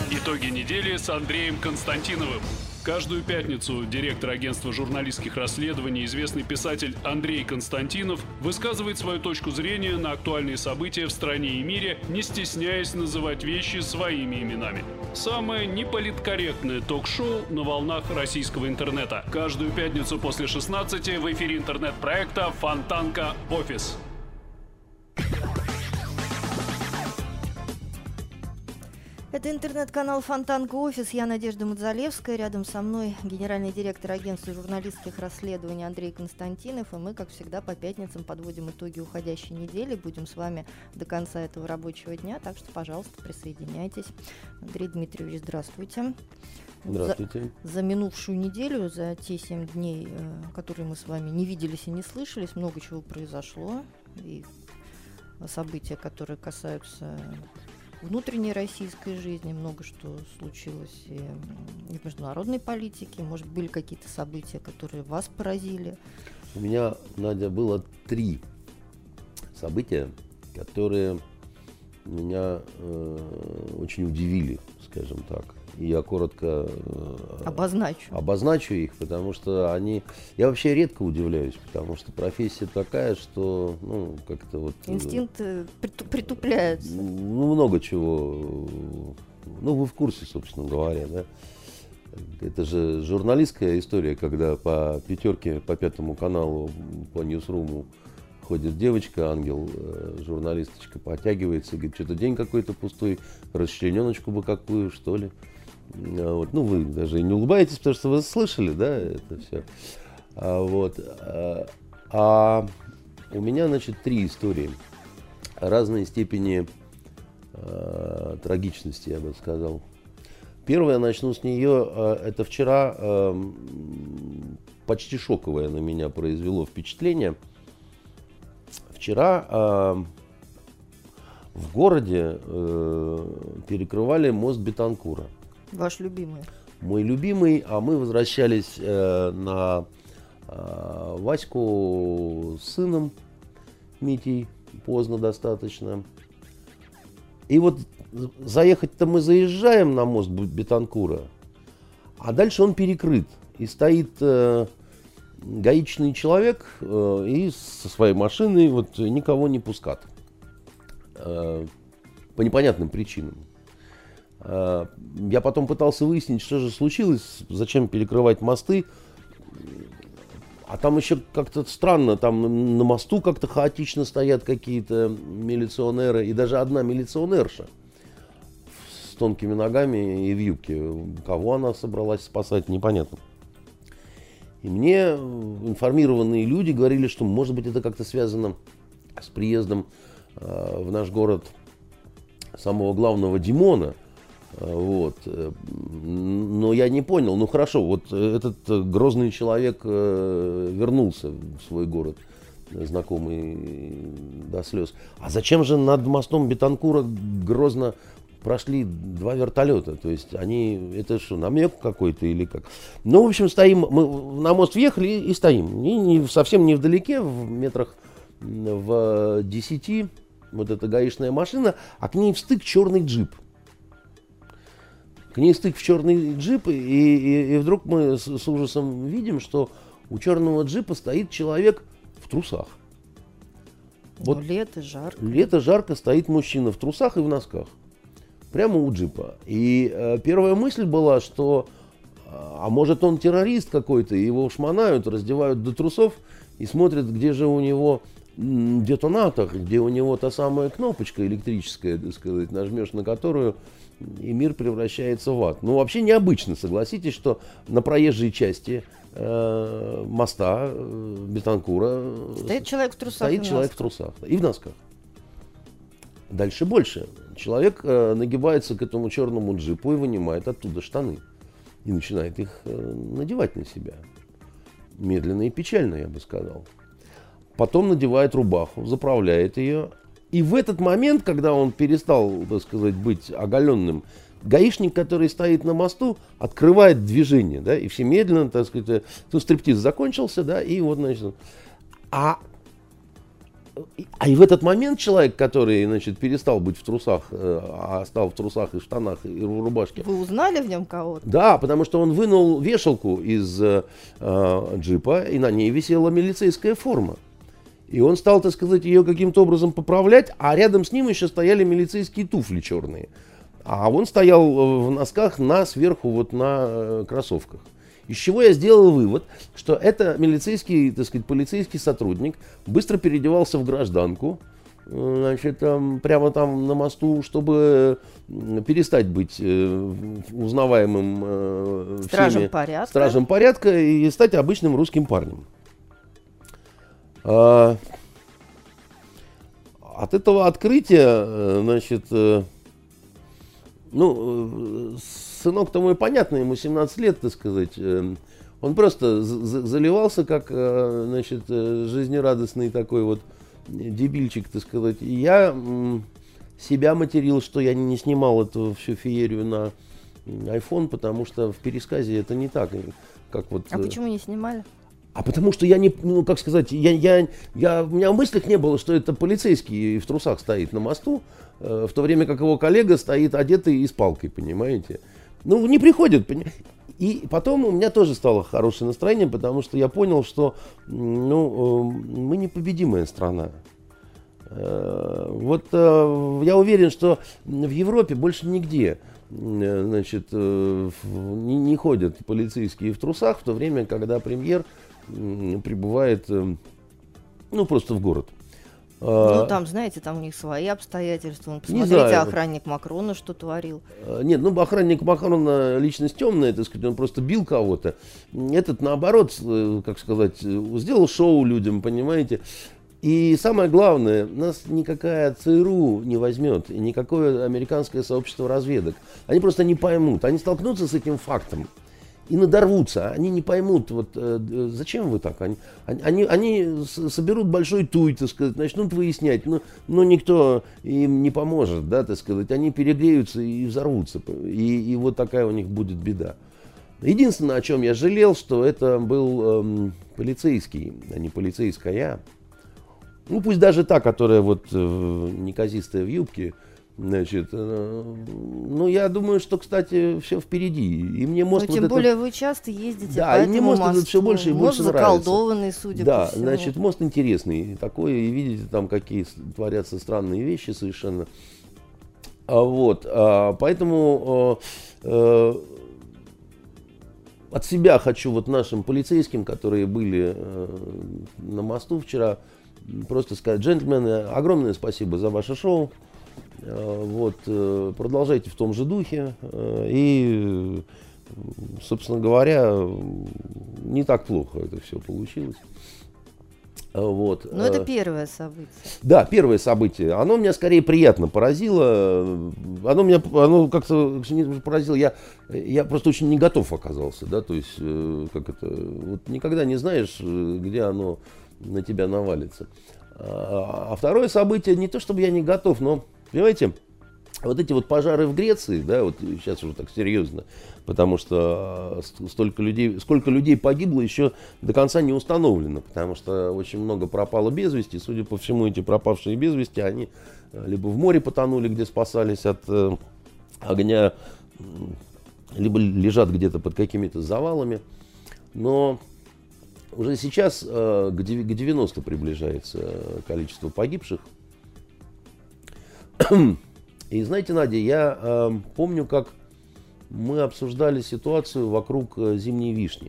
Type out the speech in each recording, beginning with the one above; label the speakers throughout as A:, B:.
A: Итоги недели с Андреем Константиновым. Каждую пятницу директор агентства журналистских расследований, известный писатель Андрей Константинов, высказывает свою точку зрения на актуальные события в стране и мире, не стесняясь называть вещи своими именами. Самое неполиткорректное ток-шоу на волнах российского интернета. Каждую пятницу после 16 в эфире интернет-проекта «Фонтанка Офис».
B: Это интернет-канал «Фонтанка Офис». Я Надежда Мадзалевская. Рядом со мной генеральный директор агентства журналистских расследований Андрей Константинов. И мы, как всегда, по пятницам подводим итоги уходящей недели. Будем с вами до конца этого рабочего дня. Так что, пожалуйста, присоединяйтесь. Андрей Дмитриевич, здравствуйте.
C: Здравствуйте.
B: За минувшую неделю, за те 7 дней, которые мы с вами не виделись и не слышались, много чего произошло. И события, которые касаются внутренней российской жизни, много что случилось и в международной политике. Может, были какие-то события, которые вас поразили?
C: У меня, Надя, было 3 события, которые меня очень удивили, скажем так. И я коротко обозначу их, потому что они... Я вообще редко удивляюсь, потому что профессия такая, что, ну, как-то вот...
B: Инстинкт притупляется.
C: Много чего... Ну, вы в курсе, собственно говоря, да? Это же журналистская история, когда по пятерке, по 5 каналу, по Ньюсруму ходит девочка, ангел, журналисточка, подтягивается и говорит, что-то день какой-то пустой, расчлененочку бы какую, что ли. Вот. Ну, вы даже и не улыбаетесь, потому что вы слышали, да, это все. У меня, значит, 3 истории разной степени трагичности, я бы сказал. Первое, начну с нее, это вчера почти шоковое на меня произвело впечатление. Вчера в городе перекрывали мост Бетанкура.
B: Ваш любимый?
C: Мой любимый, а мы возвращались на Ваську с сыном Митей, поздно достаточно. И вот заехать-то мы заезжаем на мост Бетанкура, а дальше он перекрыт. И стоит гаишный человек и со своей машиной вот никого не пускат. По непонятным причинам. Я потом пытался выяснить, что же случилось, зачем перекрывать мосты. А там еще как-то странно, там на мосту как-то хаотично стоят какие-то милиционеры. И даже одна милиционерша с тонкими ногами и в юбке. Кого она собралась спасать, непонятно. И мне информированные люди говорили, что, может быть, это как-то связано с приездом в наш город самого главного Димона. Вот. Но я не понял. Ну хорошо, вот этот грозный человек вернулся в свой город, знакомый до слез. А зачем же над мостом Бетанкура грозно прошли 2 вертолета? То есть они, это что, намек какой-то или как? Ну, в общем, стоим, мы на мост въехали и стоим. И совсем не вдалеке, в метрах в 10, вот эта гаишная машина, а к ней встык черный джип. К ней стык в черный джип, и вдруг мы с ужасом видим, что у черного джипа стоит человек в трусах.
B: Вот лето, жарко.
C: Лето, жарко, стоит мужчина в трусах и в носках. Прямо у джипа. И первая мысль была, что, а может он террорист какой-то, его шмонают, раздевают до трусов и смотрят, где же у него детонатор, где у него та самая кнопочка электрическая, так сказать, нажмешь на которую, и мир превращается в ад. Ну, вообще необычно, согласитесь, что на проезжей части моста Бетанкура
B: стоит человек в трусах.
C: Стоит человек в трусах и в носках. Дальше больше. Человек нагибается к этому черному джипу и вынимает оттуда штаны. И начинает их надевать на себя. Медленно и печально, я бы сказал. Потом надевает рубаху, заправляет ее. И в этот момент, когда он перестал, так сказать, быть оголенным, гаишник, который стоит на мосту, открывает движение, да, и все медленно, так сказать, стриптиз закончился, да, и вот, значит, а и в этот момент человек, который, значит, перестал быть в трусах, а стал в трусах и штанах, и в рубашке.
B: Вы узнали в нем кого-то?
C: Да, потому что он вынул вешалку из джипа, и на ней висела милицейская форма. И он стал, так сказать, ее каким-то образом поправлять, а рядом с ним еще стояли милицейские туфли черные. А он стоял в носках сверху вот на кроссовках. Из чего я сделал вывод, что это милицейский, так сказать, полицейский сотрудник быстро переодевался в гражданку, значит, прямо там на мосту, чтобы перестать быть узнаваемым стражем порядка и стать обычным русским парнем. От этого открытия, значит, сынок-то мой, понятно, ему 17 лет, так сказать, он просто заливался, как, значит, жизнерадостный такой вот дебильчик, так сказать. И я себя материл, что я не снимал эту всю феерию на iPhone, потому что в пересказе это не так, как вот...
B: А почему не снимали?
C: А потому что я не, как сказать, у меня в мыслях не было, что это полицейский в трусах стоит на мосту, в то время как его коллега стоит одетый и с палкой, понимаете. Не приходит. И потом у меня тоже стало хорошее настроение, потому что я понял, что мы непобедимая страна. Вот я уверен, что в Европе больше нигде, значит, не ходят полицейские в трусах, в то время, когда премьер прибывает, просто в город.
B: Там, знаете, там у них свои обстоятельства. Посмотрите, охранник Макрона что творил.
C: Нет, охранник Макрона личность темная, так сказать, он просто бил кого-то. Этот, наоборот, как сказать, сделал шоу людям, понимаете. И самое главное, нас никакая ЦРУ не возьмет, и никакое американское сообщество разведок. Они просто не поймут, они столкнутся с этим фактом и надорвутся, они не поймут, зачем вы так, они соберут большой туй, так сказать, начнут выяснять, но никто им не поможет, да, так сказать, они перегреются и взорвутся, и вот такая у них будет беда. Единственное, о чем я жалел, что это был полицейский, а не полицейская, пусть даже та, которая неказистая в юбке. Значит, я думаю, что, кстати, все впереди. И мне мост
B: тем более вы часто ездите
C: по этому
B: мост
C: этот все больше и больше
B: заколдованный, судя по всему.
C: Да, значит, мост интересный такой, и видите, там какие творятся странные вещи совершенно. Поэтому от себя хочу нашим полицейским, которые были на мосту вчера, просто сказать: джентльмены, огромное спасибо за ваше шоу. Продолжайте в том же духе. И, собственно говоря, не так плохо это все получилось.
B: Но это первое событие.
C: Да, первое событие. Оно меня скорее приятно поразило. Оно как-то поразило. Я просто очень не готов оказался. Да? То есть, никогда не знаешь, где оно на тебя навалится. А второе событие, не то чтобы я не готов, но, понимаете, эти пожары в Греции, да, сейчас уже так серьезно, потому что сколько людей погибло, еще до конца не установлено, потому что очень много пропало без вести. Судя по всему, эти пропавшие без вести, они либо в море потонули, где спасались от огня, либо лежат где-то под какими-то завалами. Но уже сейчас к 90 приближается количество погибших. И знаете, Надя, я помню, как мы обсуждали ситуацию вокруг зимней вишни.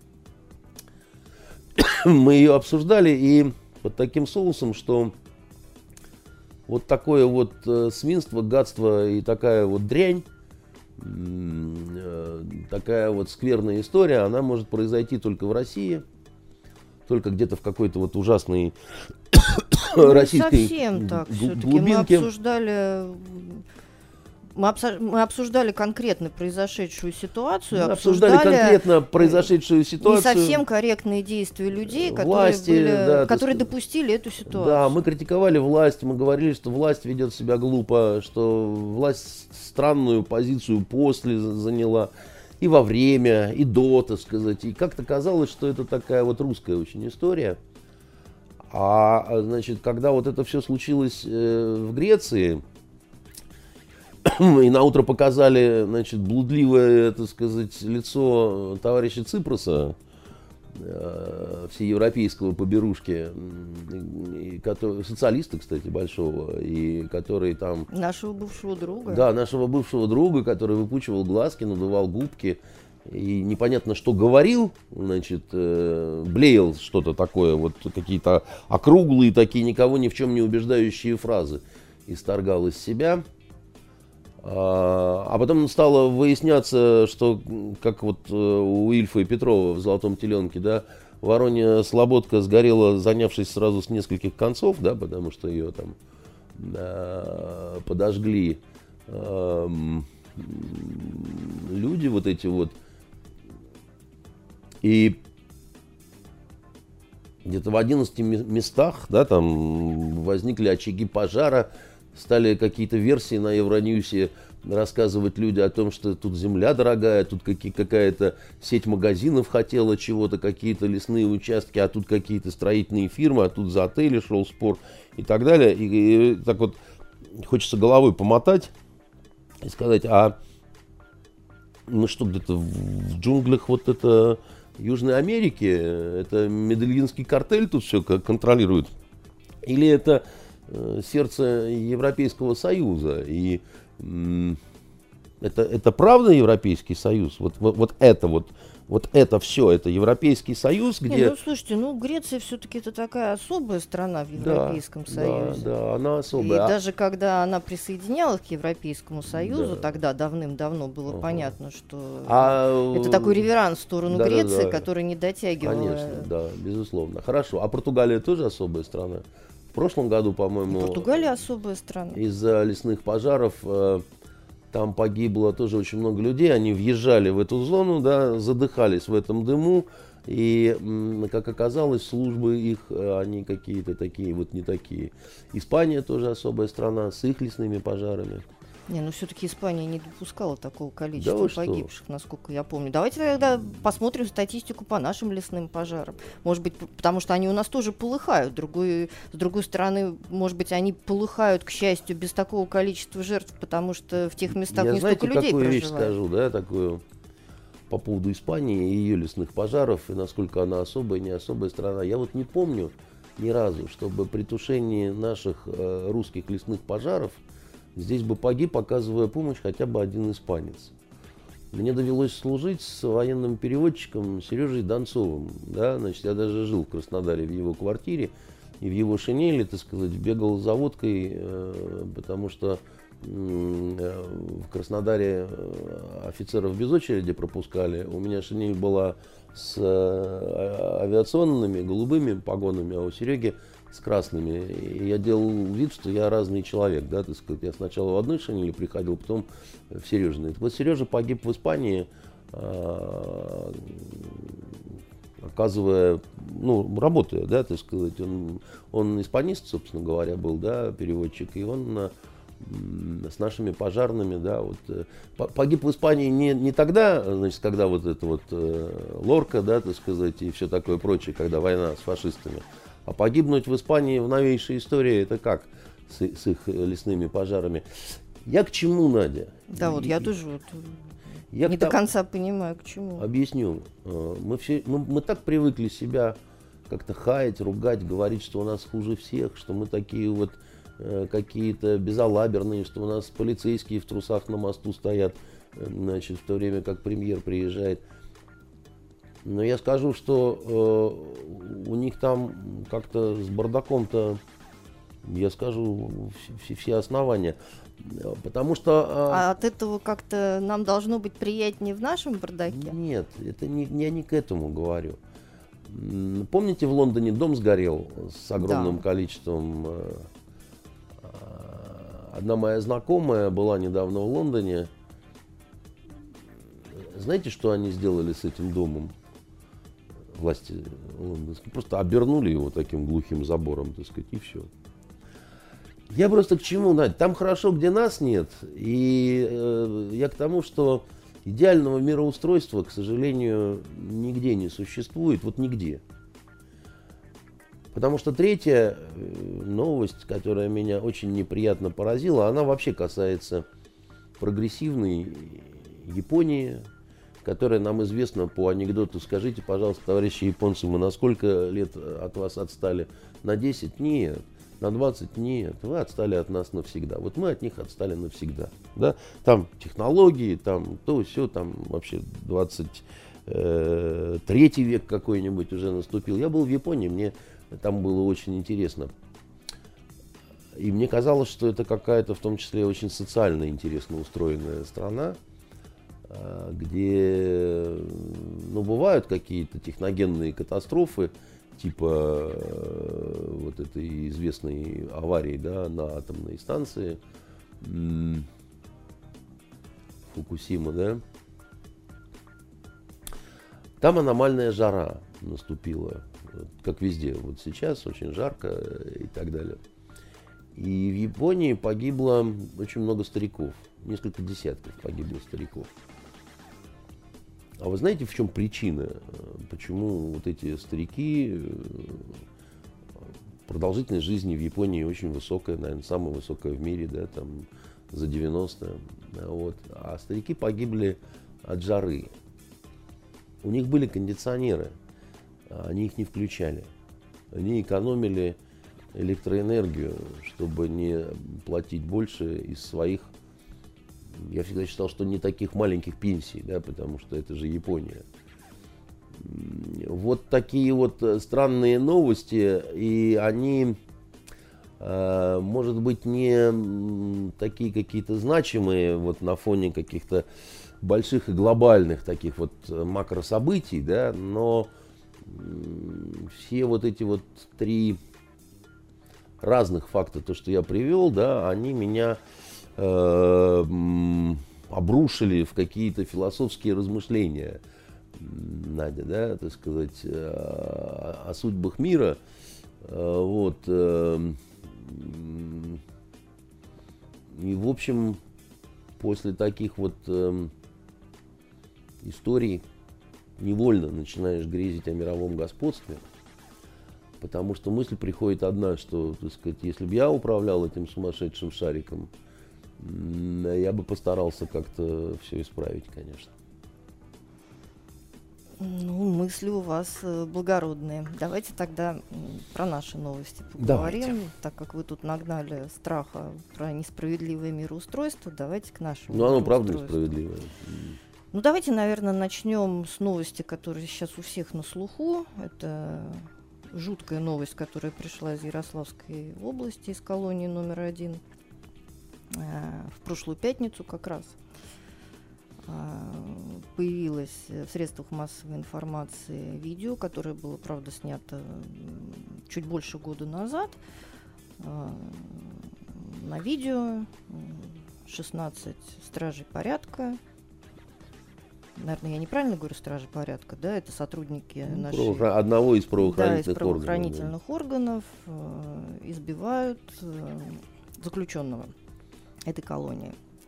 C: Мы ее обсуждали и под таким соусом, что такое свинство, гадство и такая дрянь, такая скверная история, она может произойти только в России. Только где-то в какой-то ужасной российской
B: совсем так
C: глубинке.
B: Мы обсуждали конкретно произошедшую ситуацию.
C: Мы обсуждали конкретно произошедшую ситуацию.
B: Не совсем корректные действия людей, которые допустили эту ситуацию.
C: Да, мы критиковали власть, мы говорили, что власть ведет себя глупо, что власть странную позицию после заняла. И во время, и до, так сказать. И как-то казалось, что это такая русская очень история. Значит, когда вот это все случилось в Греции, и наутро показали, значит, блудливое, так сказать, лицо товарища Ципроса, всеевропейского поберушки, социалиста, кстати, большого, и который там...
B: Нашего бывшего друга.
C: Да, нашего бывшего друга, который выпучивал глазки, надувал губки, и непонятно, что говорил, значит, блеял что-то такое, вот какие-то округлые такие, никого ни в чем не убеждающие фразы исторгал из себя. А потом стало выясняться, что, как вот у Ильфа и Петрова в «Золотом теленке», да, Воронья Слободка сгорела, занявшись сразу с нескольких концов, да, потому что ее там подожгли люди вот эти вот. И где-то в 11 местах, да, там возникли очаги пожара. Стали какие-то версии на Евроньюсе рассказывать люди о том, что тут земля дорогая, тут какая-то сеть магазинов хотела чего-то, какие-то лесные участки, а тут какие-то строительные фирмы, а тут за отели шел спор и так далее. И так вот хочется головой помотать и сказать, а мы что, где-то в джунглях вот это Южной Америки, это Медельинский картель тут все контролирует? Или это сердце Европейского Союза? И это правда Европейский Союз? Вот это все, это Европейский Союз, где...
B: Ну, слушайте, Греция все-таки это такая особая страна в Европейском Союзе.
C: Да, она особая.
B: И даже когда она присоединялась к Европейскому Союзу, тогда давным-давно было понятно, что это такой реверанс в сторону Греции, который не дотягивал.
C: Конечно, да, безусловно. Хорошо. А Португалия тоже особая страна? В прошлом году, по-моему...
B: Португалия особая страна.
C: Из-за лесных пожаров там погибло тоже очень много людей. Они въезжали в эту зону, да, задыхались в этом дыму. И, как оказалось, службы их, они какие-то такие, вот не такие. Испания тоже особая страна с их лесными пожарами.
B: Все-таки Испания не допускала такого количества погибших, насколько я помню. Давайте тогда посмотрим статистику по нашим лесным пожарам. Может быть, потому что они у нас тоже полыхают. С другой стороны, может быть, они полыхают, к счастью, без такого количества жертв, потому что в тех местах не столько людей проживает.
C: Я, какую вещь скажу, да, такую по поводу Испании и ее лесных пожаров, и насколько она особая, не особая страна. Я вот не помню ни разу, чтобы при тушении наших русских лесных пожаров здесь бы погиб, оказывая помощь, хотя бы один испанец. Мне довелось служить с военным переводчиком Сережей Донцовым. Да? Значит, я даже жил в Краснодаре в его квартире и в его шинели, так сказать, бегал за водкой, потому что в Краснодаре офицеров без очереди пропускали. У меня шинель была с авиационными голубыми погонами, а у Сереги с красными. И я делал вид, что я разный человек, да, так сказать. Я сначала в одной шинели приходил, потом в Сережиной. Вот Сережа погиб в Испании, оказывая, работая, да, так сказать. Он испанист, собственно говоря, был, да, переводчик, и он с нашими пожарными, да, вот, погиб в Испании не тогда, значит, когда вот это вот Лорка, да, так сказать, и все такое прочее, когда война с фашистами. А погибнуть в Испании в новейшей истории, это как с их лесными пожарами? Я к чему, Надя?
B: Да, вот я тоже не до конца понимаю, к чему.
C: Объясню. Мы так привыкли себя как-то хаять, ругать, говорить, что у нас хуже всех, что мы такие вот какие-то безалаберные, что у нас полицейские в трусах на мосту стоят, значит, в то время как премьер приезжает. Но я скажу, что у них там как-то с бардаком-то, я скажу, все основания. Потому что...
B: А от этого как-то нам должно быть приятнее в нашем бардаке?
C: Нет, это я не к этому говорю. Помните, в Лондоне дом сгорел с огромным количеством... Одна моя знакомая была недавно в Лондоне. Знаете, что они сделали с этим домом? Власти лондонские просто обернули его таким глухим забором, так сказать, и все. Я просто к чему, Надь? Там хорошо, где нас нет. И я к тому, что идеального мироустройства, к сожалению, нигде не существует. Вот нигде. Потому что третья новость, которая меня очень неприятно поразила, она вообще касается прогрессивной Японии, которая нам известна по анекдоту: скажите, пожалуйста, товарищи японцы, мы на сколько лет от вас отстали? На 10? Нет. На 20? Нет. Вы отстали от нас навсегда. Вот мы от них отстали навсегда. Да? Там технологии, там то, все, там вообще 23 век какой-нибудь уже наступил. Я был в Японии, мне там было очень интересно. И мне казалось, что это какая-то, в том числе, очень социально интересно устроенная страна, где, ну, бывают какие-то техногенные катастрофы, типа вот этой известной аварии, да, на атомной станции Фукусима, да. Там аномальная жара наступила, как везде. Вот сейчас очень жарко и так далее. И в Японии погибло очень много стариков. Несколько десятков погибло стариков. А вы знаете, в чем причина? Почему вот эти старики, продолжительность жизни в Японии очень высокая, наверное, самая высокая в мире, да, там за 90. Вот. А старики погибли от жары. У них были кондиционеры, они их не включали. Они экономили электроэнергию, чтобы не платить больше из своих. Я всегда считал, что не таких маленьких пенсий, да, потому что это же Япония. Вот такие вот странные новости, и они, может быть, не такие какие-то значимые вот на фоне каких-то больших и глобальных таких вот макрособытий, да, но все вот эти вот три разных факта, то, что я привел, да, они меня обрушили в какие-то философские размышления, Надя, да, так сказать, о судьбах мира. Вот. И, в общем, после таких вот историй невольно начинаешь грезить о мировом господстве. Потому что мысль приходит одна, что, так сказать, если бы я управлял этим сумасшедшим шариком, я бы постарался как-то все исправить, конечно.
B: Ну, мысли у вас благородные. Давайте тогда про наши новости поговорим.
C: Давайте.
B: Так как вы тут нагнали страха про несправедливое мироустройство, давайте к нашему
C: Ну, оно правда
B: мироустройству.
C: несправедливое.
B: Ну, давайте, наверное, начнем с новости, которая сейчас у всех на слуху. Это жуткая новость, которая пришла из Ярославской области, из колонии номер 1. В прошлую пятницу как раз появилось в средствах массовой информации видео, которое было, правда, снято чуть больше года назад. На видео 16 стражей порядка. Наверное, я неправильно говорю стражи порядка, да? Это сотрудники
C: одного из правоохранительных,
B: да, из правоохранительных органов избивают заключенного этой колонии.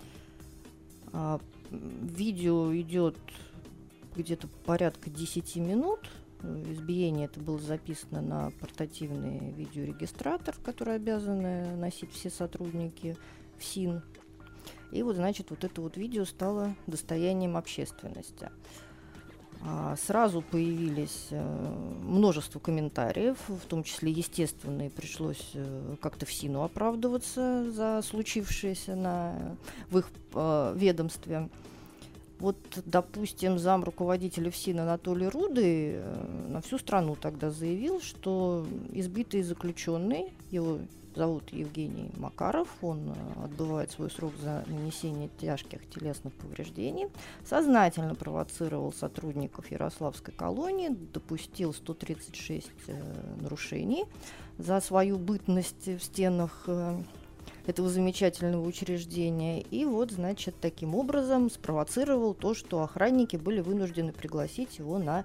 B: Видео идет где-то порядка 10 минут. Избиение это было записано на портативный видеорегистратор, который обязаны носить все сотрудники ФСИН. И вот, значит, вот это вот видео стало достоянием общественности. Сразу появились множество комментариев, в том числе, естественно, и пришлось как-то ФСИНу оправдываться за случившееся в их ведомстве. Вот, допустим, замруководителя ФСИН Анатолий Рудый на всю страну тогда заявил, что избитый заключенный, его зовут Евгений Макаров, он отбывает свой срок за нанесение тяжких телесных повреждений, сознательно провоцировал сотрудников Ярославской колонии, допустил 136 нарушений за свою бытность в стенах этого замечательного учреждения. И вот, значит, таким образом спровоцировал то, что охранники были вынуждены пригласить его на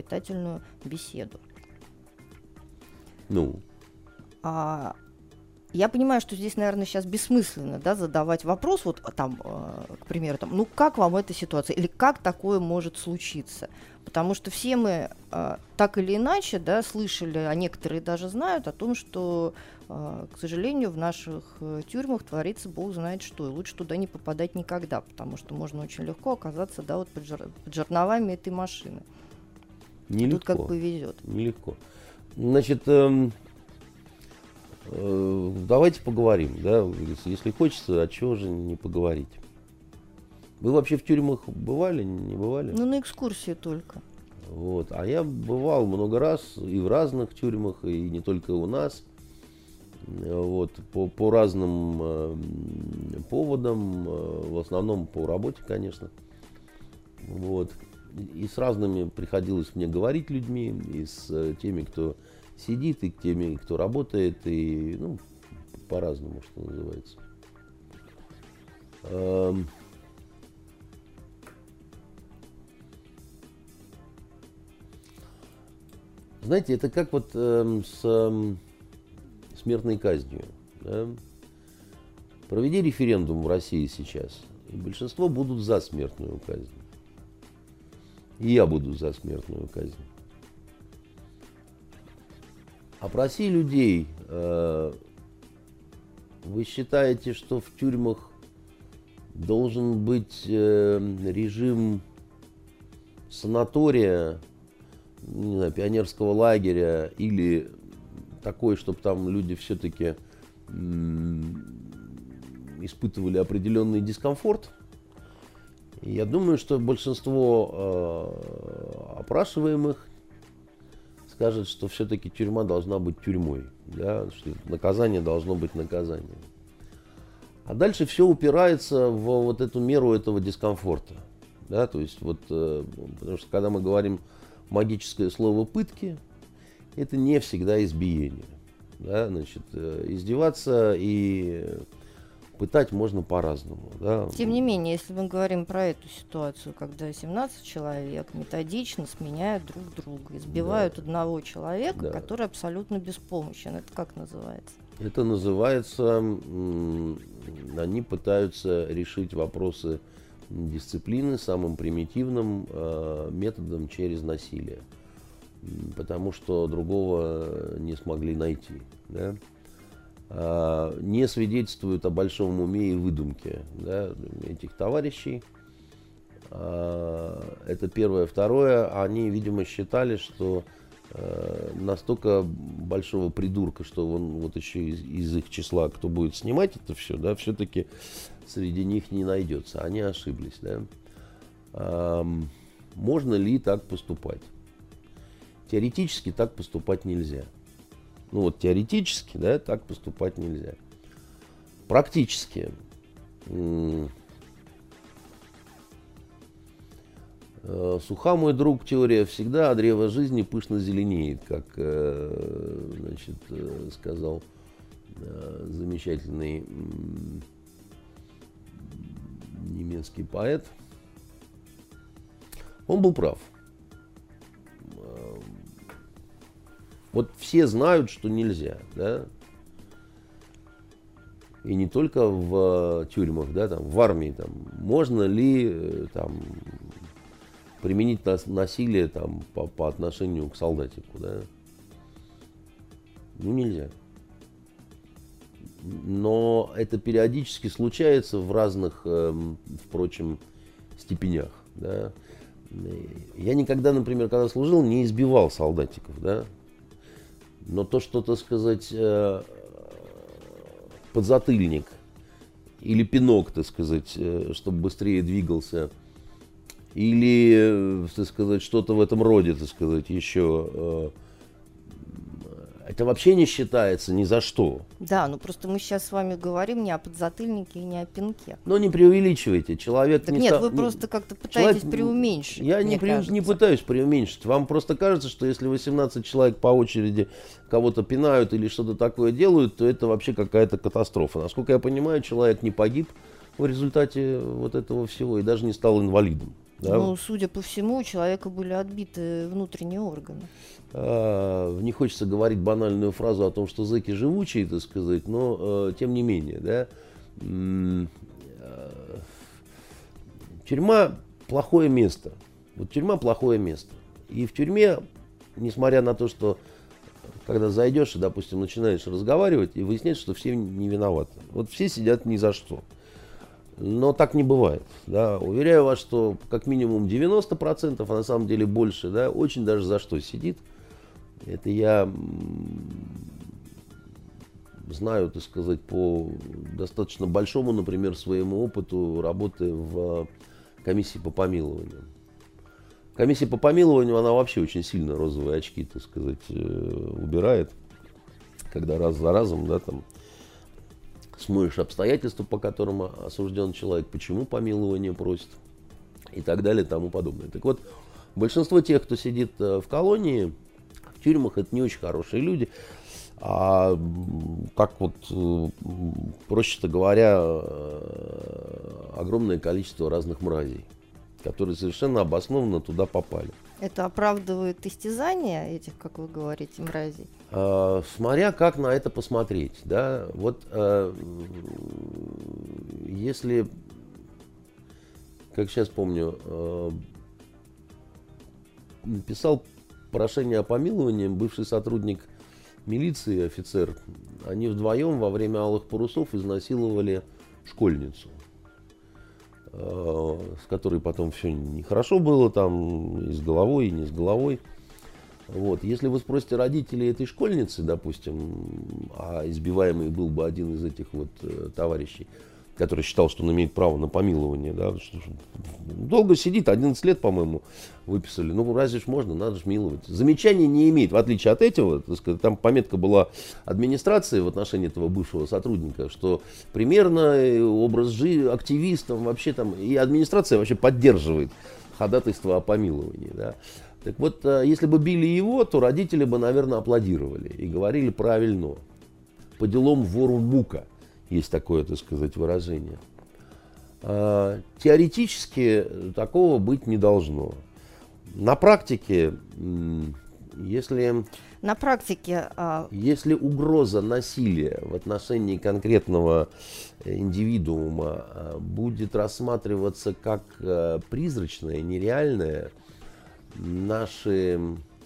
B: воспитательную беседу.
C: Ну.
B: Я понимаю, что здесь, наверное, сейчас бессмысленно, да, задавать вопрос, вот там, к примеру, там, ну как вам эта ситуация, или как такое может случиться? Потому что все мы так или иначе, да, слышали, а некоторые даже знают о том, что, к сожалению, в наших тюрьмах творится бог знает что, и лучше туда не попадать никогда, потому что можно очень легко оказаться, да, вот под жерновами этой машины.
C: Нелегко.
B: Тут как повезет.
C: Нелегко. Значит, давайте поговорим, да, если хочется, от чего же не поговорить. Вы вообще в тюрьмах бывали, не бывали?
B: Ну, на экскурсии только.
C: Вот. А я бывал много раз и в разных тюрьмах, и не только у нас. Вот. По разным поводам, в основном по работе, конечно. Вот. И с разными приходилось мне говорить людьми, и с теми, кто сидит, и к теми, кто работает, и ну, по-разному, что называется. Знаете, это как вот с смертной казнью. Да? Проведи референдум в России сейчас, и большинство будут за смертную казнь. И я буду за смертную казнь. Опроси людей. Вы считаете, что в тюрьмах должен быть режим санатория, не знаю, пионерского лагеря, или такой, чтобы там люди все-таки испытывали определенный дискомфорт? Я думаю, что большинство опрашиваемых скажет, что все-таки тюрьма должна быть тюрьмой, да, что наказание должно быть наказанием. А дальше все упирается в вот эту меру этого дискомфорта. Да, то есть вот, потому что когда мы говорим магическое слово «пытки», это не всегда избиение. Да, значит, издеваться и пытать можно по-разному. Да.
B: Тем не менее, если мы говорим про эту ситуацию, когда 17 человек методично сменяют друг друга, избивают одного человека, который абсолютно беспомощен, это как называется?
C: Это называется, они пытаются решить вопросы дисциплины самым примитивным методом через насилие, потому что другого не смогли найти. Да? Не свидетельствуют о большом уме и выдумке, да, этих товарищей. Это первое. Второе, они, видимо, считали, что настолько большого придурка, что он вот еще из их числа, кто будет снимать это все, да, все-таки среди них не найдется. Они ошиблись. Да. Можно ли так поступать? Теоретически так поступать нельзя. Ну вот теоретически, да, так поступать нельзя. Практически. Суха, мой друг, теория всегда, а древо жизни пышно зеленеет, как значит, сказал замечательный немецкий поэт. Он был прав. Вот все знают, что нельзя, да? И не только в тюрьмах, да, там, в армии, там, можно ли там применить насилие там, по отношению к солдатику, да? Ну, нельзя. Но это периодически случается в разных, впрочем, степенях, да? Я никогда, например, когда служил, не избивал солдатиков, да? Но то, что, так сказать, подзатыльник или пинок, так сказать, чтобы быстрее двигался, или, так сказать, что-то в этом роде, так сказать, еще, это вообще не считается ни за что.
B: Да, ну просто мы сейчас с вами говорим не о подзатыльнике и не о пинке.
C: Но не преувеличивайте, человек
B: так
C: не...
B: Нет, вы просто как-то пытаетесь преуменьшить.
C: Я не пытаюсь преуменьшить. Вам просто кажется, что если 18 человек по очереди кого-то пинают или что-то такое делают, то это вообще какая-то катастрофа. Насколько я понимаю, человек не погиб в результате вот этого всего и даже не стал инвалидом. Да?
B: Ну, судя по всему, у человека были отбиты внутренние органы.
C: Не хочется говорить банальную фразу о том, что зэки живучие, так сказать, но тем не менее, да, тюрьма плохое место. Вот тюрьма плохое место. И в тюрьме, несмотря на то, что когда зайдешь и, допустим, начинаешь разговаривать, и выясняется, что все не виноваты. Вот все сидят ни за что. Но так не бывает. Да. Уверяю вас, что как минимум 90%, а на самом деле больше, да, очень даже за что сидит. Это я знаю, так сказать, по достаточно большому, например, своему опыту работы в комиссии по помилованию. Комиссия по помилованию, она вообще очень сильно розовые очки, так сказать, убирает, когда раз за разом, да, там, смоешь обстоятельства, по которым осужден человек, почему помилование просит и так далее и тому подобное. Так вот, большинство тех, кто сидит в колонии, в тюрьмах, это не очень хорошие люди, а так вот, проще говоря, огромное количество разных мразей, которые совершенно обоснованно туда попали.
B: Это оправдывает истязания этих, как вы говорите, мразей?
C: Смотря как на это посмотреть, да, вот если, как сейчас помню, писал прошение о помиловании бывший сотрудник милиции, офицер, они вдвоем во время «Алых парусов» изнасиловали школьницу, с которой потом все нехорошо было, там, и с головой, и не с головой. Вот. Если вы спросите родителей этой школьницы, допустим, а избиваемый был бы один из этих вот товарищей, который считал, что он имеет право на помилование, да, долго сидит, 11 лет, по-моему, выписали. Ну, разве ж можно, надо же миловать. Замечаний не имеет, в отличие от этого, так сказать, там пометка была администрации в отношении этого бывшего сотрудника, что примерно образ жизни, активистам вообще там, и администрация вообще поддерживает ходатайство о помиловании, да. Так вот, если бы били его, то родители бы, наверное, аплодировали и говорили правильно. По делам вору мука. Есть такое, так сказать, выражение. Теоретически такого быть не должно. На практике, если угроза насилия в отношении конкретного индивидуума будет рассматриваться как призрачная, нереальная, наши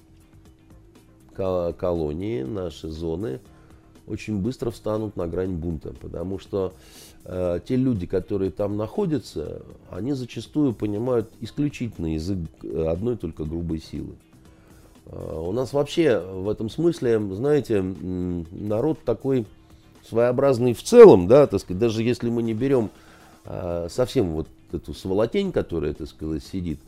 C: колонии, наши зоны очень быстро встанут на грань бунта, потому что те люди, которые там находятся, они зачастую понимают исключительно язык одной только грубой силы. У нас вообще в этом смысле, знаете, народ такой своеобразный в целом, да, так сказать, даже если мы не берем совсем вот эту сволотень, которая, так сказать, сидит,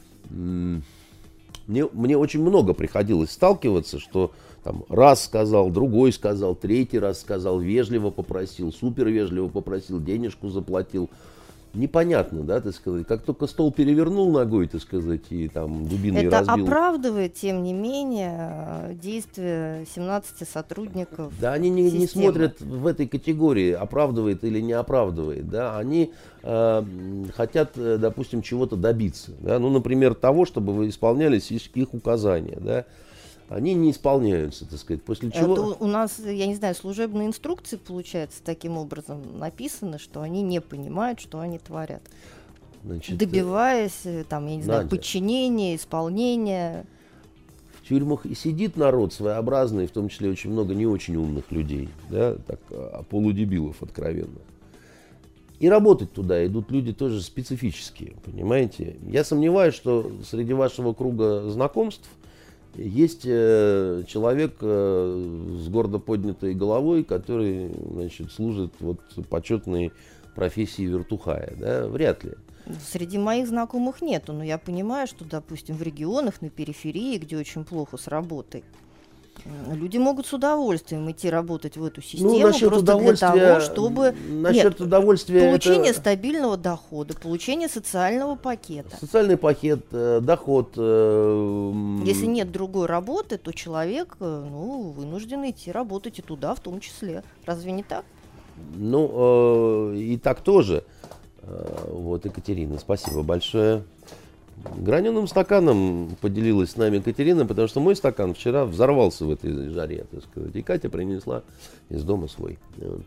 C: мне очень много приходилось сталкиваться, что там раз сказал, другой сказал, третий раз сказал, вежливо попросил, супер вежливо попросил, денежку заплатил. Непонятно, да, так сказать. Как только стол перевернул ногой, так сказать, и там дубиной разбил.
B: Это оправдывает, тем не менее, действия 17 сотрудников.
C: Да, они не смотрят в этой категории, оправдывает или не оправдывает. Да. Они хотят, допустим, чего-то добиться. Да. Ну, например, того, чтобы исполнялись их указания. Да. Они не исполняются, так сказать, после чего...
B: Это у нас, я не знаю, служебные инструкции, получается, таким образом написаны, что они не понимают, что они творят. Значит, добиваясь, там, я не знаю, подчинения, исполнения.
C: В тюрьмах и сидит народ своеобразный, в том числе очень много не очень умных людей, да, так, полудебилов откровенно. И работать туда идут люди тоже специфические, понимаете. Я сомневаюсь, что среди вашего круга знакомств есть человек с гордо поднятой головой, который, значит, служит вот почетной профессии вертухая, да? Вряд ли.
B: Среди моих знакомых нету, но я понимаю, что, допустим, в регионах, на периферии, где очень плохо с работой, люди могут с удовольствием идти работать в эту систему, просто для того, чтобы получение стабильного дохода, получение социального пакета.
C: Социальный пакет, доход.
B: Если нет другой работы, то человек вынужден идти работать и туда в том числе. Разве не так?
C: Ну, и так тоже. Вот, Екатерина, спасибо большое. Граненым стаканом поделилась с нами Катерина, потому что мой стакан вчера взорвался в этой жаре, так сказать. И Катя принесла из дома свой. Вот.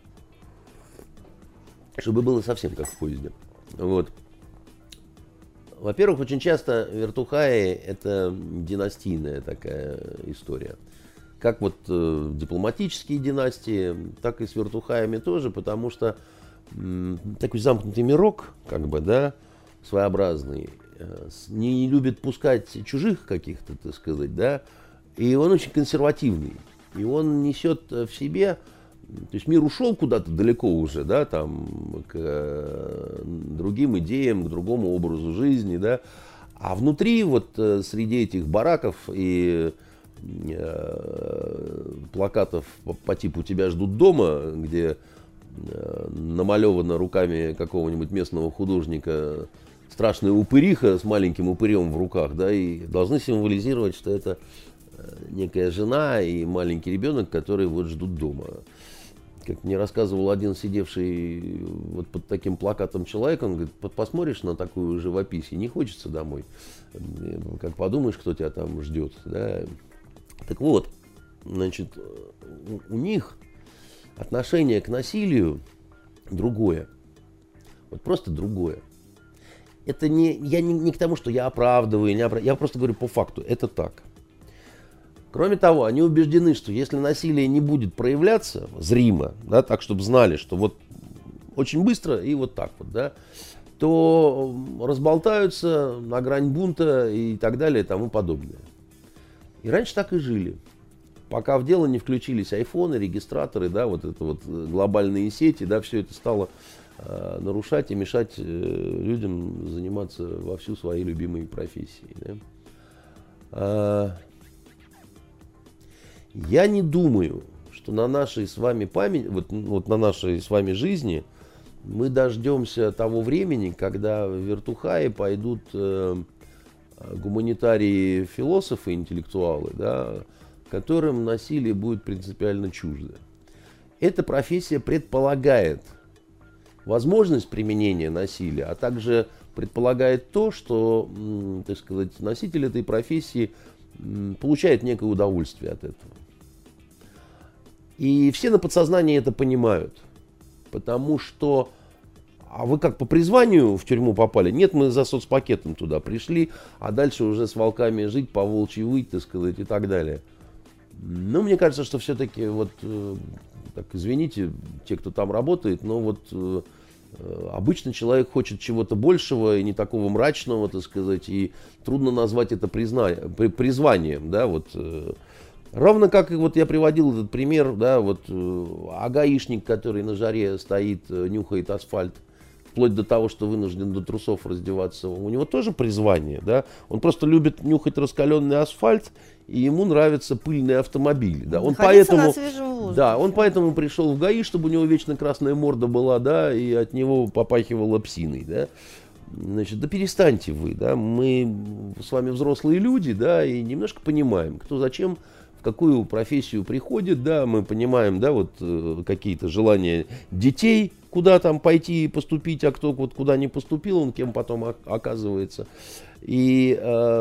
C: Чтобы было совсем как в поезде. Вот. Во-первых, очень часто вертухаи – это династийная такая история. Как вот дипломатические династии, так и с вертухаями тоже, потому что такой замкнутый мирок, как бы, да, своеобразный, не любит пускать чужих каких-то, так сказать, да, и он очень консервативный, и он несет в себе, то есть мир ушел куда-то далеко уже, да, там, к другим идеям, к другому образу жизни, да, а внутри вот среди этих бараков и плакатов по типу «Тебя ждут дома», где намалевано руками какого-нибудь местного художника страшная упыриха с маленьким упырем в руках, да, и должны символизировать, что это некая жена и маленький ребенок, которые вот ждут дома. Как мне рассказывал один сидевший вот под таким плакатом человек, он говорит, посмотришь на такую живопись и не хочется домой. Как подумаешь, кто тебя там ждет, да. Так вот, значит, у них отношение к насилию другое. Вот просто другое. Это не к тому, что я оправдываю, я просто говорю по факту, это так. Кроме того, они убеждены, что если насилие не будет проявляться зримо, да, так, чтобы знали, что вот очень быстро и вот так вот, да, то разболтаются на грань бунта и так далее и тому подобное. И раньше так и жили. Пока в дело не включились айфоны, регистраторы, да, вот это вот глобальные сети, да, все это стало нарушать и мешать людям заниматься вовсю своей любимой профессией. Да. Я не думаю, что на нашей с вами памяти, вот на нашей с вами жизни мы дождемся того времени, когда в вертухаи пойдут гуманитарии, философы, интеллектуалы, да, которым насилие будет принципиально чуждо. Эта профессия предполагает возможность применения насилия, а также предполагает то, что, так сказать, носитель этой профессии получает некое удовольствие от этого. И все на подсознании это понимают, потому что, а вы как по призванию в тюрьму попали? Нет, мы за соцпакетом туда пришли, а дальше уже с волками жить, по волчьи выть, так сказать, и так далее. Но мне кажется, что все-таки, вот, так, извините, те, кто там работает, но вот обычно человек хочет чего-то большего и не такого мрачного, так сказать, и трудно назвать это призванием, да, вот. Равно как и вот я приводил этот пример, да, вот гаишник, который на жаре стоит, нюхает асфальт, вплоть до того, что вынужден до трусов раздеваться, у него тоже призвание, да, он просто любит нюхать раскаленный асфальт, и ему нравятся пыльные автомобили, да, он поэтому, да, он поэтому пришел в ГАИ, чтобы у него вечно красная морда была, да, и от него попахивало псиной, да. Значит, да перестаньте вы, да, мы с вами взрослые люди, да, и немножко понимаем, кто зачем, в какую профессию приходит, да, мы понимаем, да, вот какие-то желания детей, куда там пойти и поступить, а кто вот куда не поступил, он кем потом оказывается. И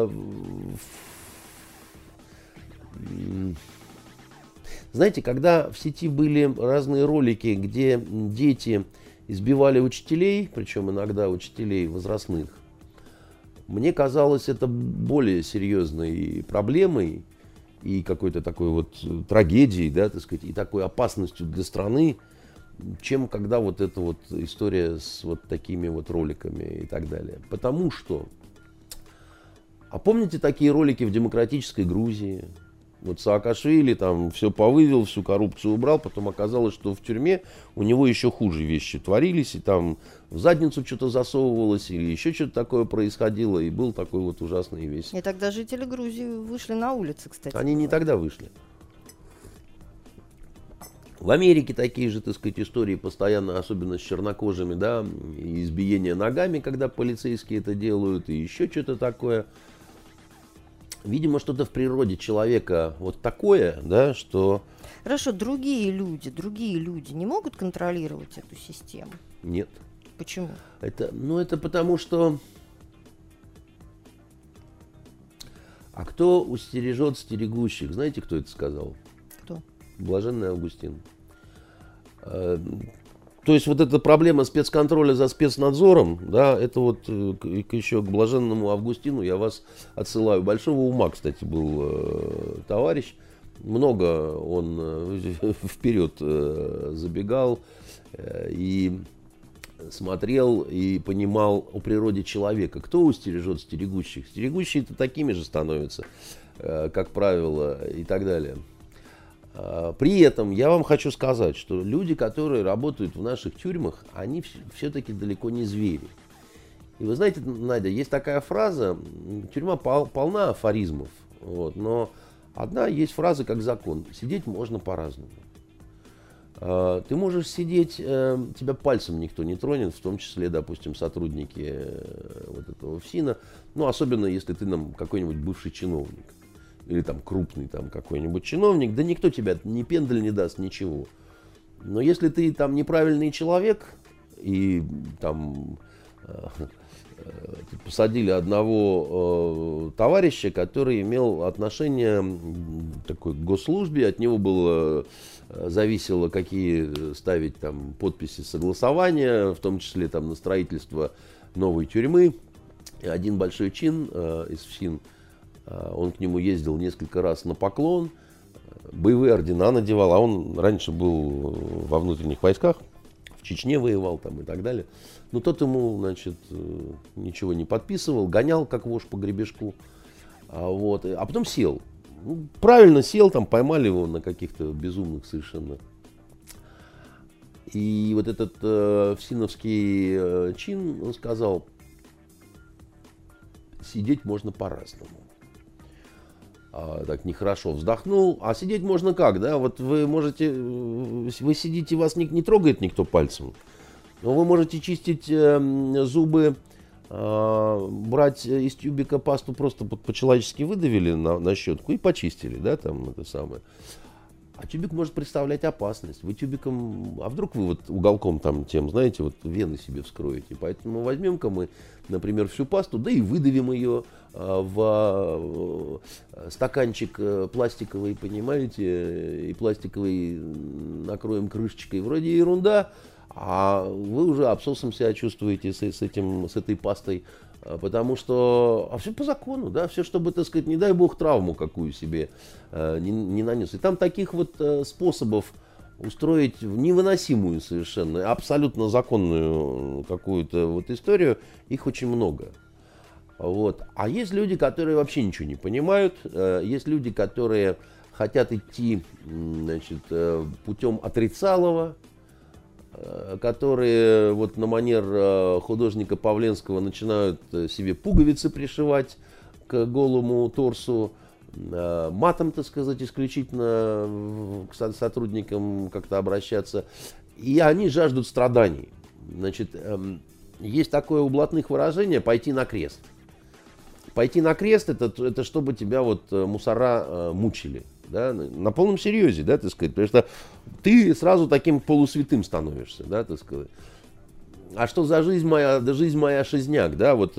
C: знаете, когда в сети были разные ролики, где дети избивали учителей, причем иногда учителей возрастных, мне казалось это более серьезной проблемой и какой-то такой вот трагедией, да, так сказать, и такой опасностью для страны, чем когда вот эта вот история с вот такими вот роликами и так далее. Потому что, а помните такие ролики в демократической Грузии? Вот Саакашвили там все повывел, всю коррупцию убрал, потом оказалось, что в тюрьме у него еще хуже вещи творились, и там в задницу что-то засовывалось, или еще что-то такое происходило, и был такой вот ужасный весь.
B: И тогда жители Грузии вышли на улицы, кстати.
C: Они не тогда вышли. В Америке такие же, так сказать, истории постоянно, особенно с чернокожими, да, и избиения ногами, когда полицейские это делают, и еще что-то такое. Видимо, что-то в природе человека вот такое, да, что...
B: Хорошо, другие люди не могут контролировать эту систему?
C: Нет.
B: Почему?
C: Это потому, что А кто устережет стерегущих? Знаете, кто это сказал?
B: Кто?
C: Блаженный Августин. То есть вот эта проблема спецконтроля за спецнадзором, да, это вот еще к блаженному Августину я вас отсылаю. Большого ума, кстати, был товарищ. Много он вперед забегал и смотрел и понимал о природе человека. Кто устережет стерегущих? Стерегущие-то такими же становятся, как правило, и так далее. При этом я вам хочу сказать, что люди, которые работают в наших тюрьмах, они все-таки далеко не звери. И вы знаете, Надя, есть такая фраза, тюрьма полна афоризмов, вот, но одна есть фраза как закон. Сидеть можно по-разному. Ты можешь сидеть, тебя пальцем никто не тронет, в том числе, допустим, сотрудники вот этого ФСИНа, ну, особенно если ты нам какой-нибудь бывший чиновник. Или там крупный там какой-нибудь чиновник, да никто тебя ни пендель не даст, ничего. Но если ты там неправильный человек, и там посадили одного товарища, который имел отношение такой к госслужбе, от него было зависело, какие ставить там подписи согласования, в том числе там на строительство новой тюрьмы. И один большой чин из ФСИН, он к нему ездил несколько раз на поклон, боевые ордена надевал, а он раньше был во внутренних войсках, в Чечне воевал там и так далее. Но тот ему, значит, ничего не подписывал, гонял как вошь по гребешку, а потом сел. Ну, правильно сел, там поймали его на каких-то безумных совершенно. И вот этот ФСИНовский чин, он сказал, сидеть можно по-разному. Так нехорошо вздохнул. А сидеть можно как, да? Вот вы можете, вы сидите, вас не трогает никто пальцем. Но вы можете чистить зубы, брать из тюбика пасту, просто по-человечески выдавили на щетку и почистили, да, там это самое. А тюбик может представлять опасность. Вы тюбиком, а вдруг вы вот уголком там тем, знаете, вот вены себе вскроете. Поэтому возьмем-ка мы, например, всю пасту, да и выдавим ее в стаканчик пластиковый, понимаете, и пластиковый накроем крышечкой. Вроде ерунда, а вы уже абсосом себя чувствуете с этой пастой. Потому что, все по закону, да, все, чтобы, так сказать, не дай бог, травму какую себе не нанес. И там таких вот способов устроить невыносимую совершенно, абсолютно законную какую-то вот историю, их очень много. Вот. А есть люди, которые вообще ничего не понимают, есть люди, которые хотят идти, значит, путем отрицалого, которые вот на манер художника Павленского начинают себе пуговицы пришивать к голому торсу, матом, так сказать, исключительно к сотрудникам как-то обращаться. И они жаждут страданий. Значит, есть такое у блатных выражение «пойти на крест». Пойти на крест это чтобы тебя вот мусора мучили. Да, на полном серьезе, да, так сказать, потому что ты сразу таким полусвятым становишься, да, так сказать. А что за жизнь моя, да жизнь моя шизняк, да, вот.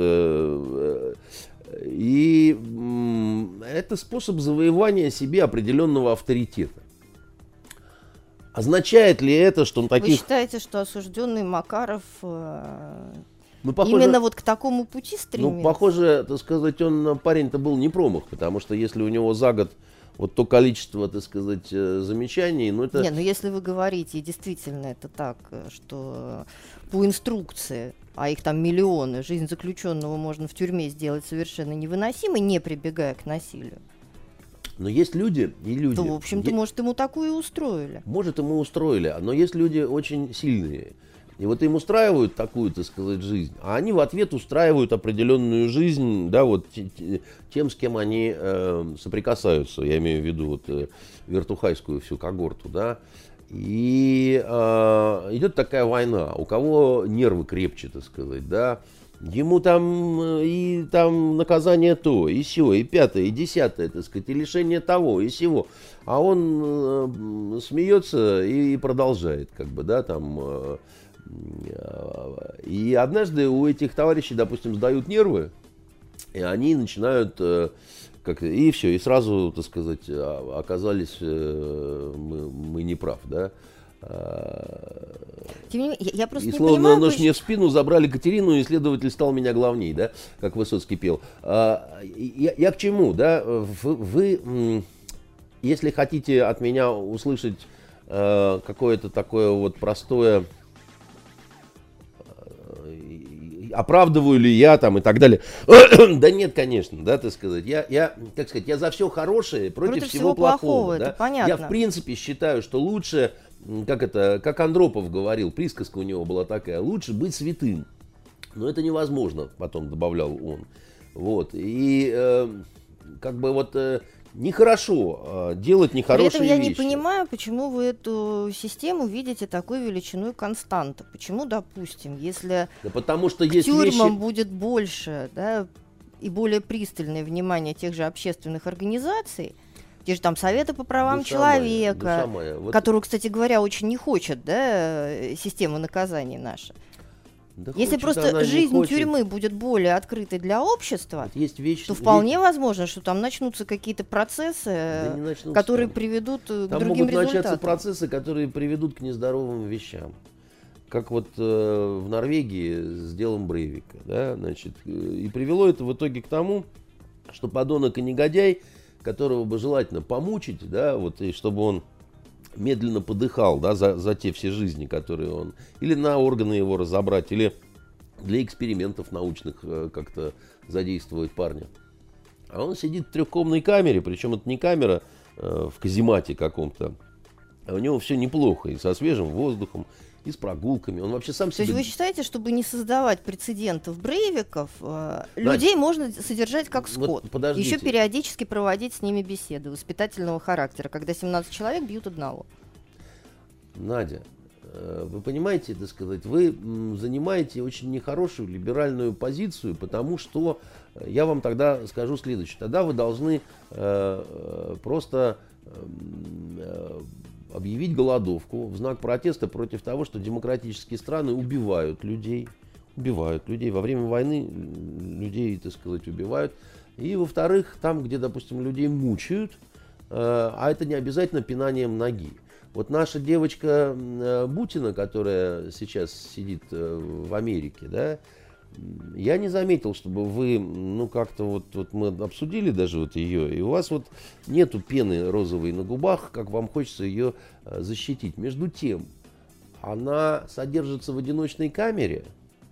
C: И это способ завоевания себе определенного авторитета. Означает ли это, что он таких...
B: Вы считаете, что осужденный Макаров
C: похоже,
B: именно вот к такому пути стремился?
C: Ну, похоже, так сказать, он парень-то был не промах, потому что если у него за год вот то количество, так сказать, замечаний, ну это...
B: Не, ну если вы говорите, и действительно это так, что по инструкции, а их там миллионы, жизнь заключенного можно в тюрьме сделать совершенно невыносимой, не прибегая к насилию.
C: Но есть люди и люди.
B: То, в общем-то, может, ему такую и устроили.
C: Может, ему устроили, но есть люди очень сильные. И вот им устраивают такую, так сказать, жизнь, а они в ответ устраивают определенную жизнь, да, вот тем, с кем они соприкасаются. Я имею в виду вот вертухайскую всю когорту, да. И идет такая война, у кого нервы крепче, так сказать, да. Ему там и там наказание то, и сё, и пятое, и десятое, так сказать, и лишение того, и сего. А он смеется и продолжает, как бы, да, там... И однажды у этих товарищей, допустим, сдают нервы, и они начинают, и все, и сразу, так сказать, оказались мы не прав, да.
B: Тем не менее, я просто
C: И
B: не
C: словно
B: понимаю,
C: нож мне в спину забрали Катерину, и следователь стал меня главней, да, как Высоцкий пел. Я к чему, да? Вы, если хотите от меня услышать какое-то такое вот простое, оправдываю ли я там и так далее. Да нет, конечно, да, так сказать. Как сказать, я за все хорошее против всего плохого. Да?
B: Это понятно.
C: Я в принципе считаю, что лучше, как Андропов говорил, присказка у него была такая, лучше быть святым. Но это невозможно, потом добавлял он. Вот. И как бы вот нехорошо делать нехорошие вещи.
B: При этом я не понимаю, почему вы эту систему видите такой величиной константы. Почему, допустим, если
C: да потому что
B: к
C: есть
B: тюрьмам
C: вещи...
B: будет больше, да, и более пристальное внимание тех же общественных организаций, те же там Советы по правам человека,
C: вот...
B: которые, кстати говоря, очень не хочет, да, системы наказаний наша.
C: Да
B: если
C: хочет,
B: просто жизнь тюрьмы будет более открытой для общества,
C: вот есть
B: то вполне возможно, что там начнутся какие-то процессы, которые приведут к другим результатам.
C: Там могут начаться процессы, которые приведут к нездоровым вещам. Как вот в Норвегии с делом Брейвика. Да, значит, и привело это в итоге к тому, что подонок и негодяй, которого бы желательно помучить, да, вот, и чтобы он медленно подыхал, да, за те все жизни, которые он... Или на органы его разобрать, или для экспериментов научных как-то задействовать парня. А он сидит в трехкомнатной камере, причем это не камера в каземате каком-то, а у него все неплохо, и со свежим воздухом, и с прогулками. Он вообще сам себе...
B: То есть вы считаете, чтобы не создавать прецедентов Брейвиков, людей можно содержать как скот? Вот еще периодически проводить с ними беседы воспитательного характера, когда 17 человек бьют одного.
C: Надя, вы понимаете, так сказать, вы занимаете очень нехорошую либеральную позицию, потому что я вам тогда скажу следующее. Тогда вы должны просто... объявить голодовку в знак протеста против того, что демократические страны убивают людей. Во время войны людей, так сказать, убивают. И, во-вторых, там, где, допустим, людей мучают, а это не обязательно пинанием ноги. Вот наша девочка Бутина, которая сейчас сидит в Америке, да, я не заметил, чтобы вы, ну, как-то вот мы обсудили даже вот ее, и у вас вот нету пены розовой на губах, как вам хочется ее защитить. Между тем, она содержится в одиночной камере,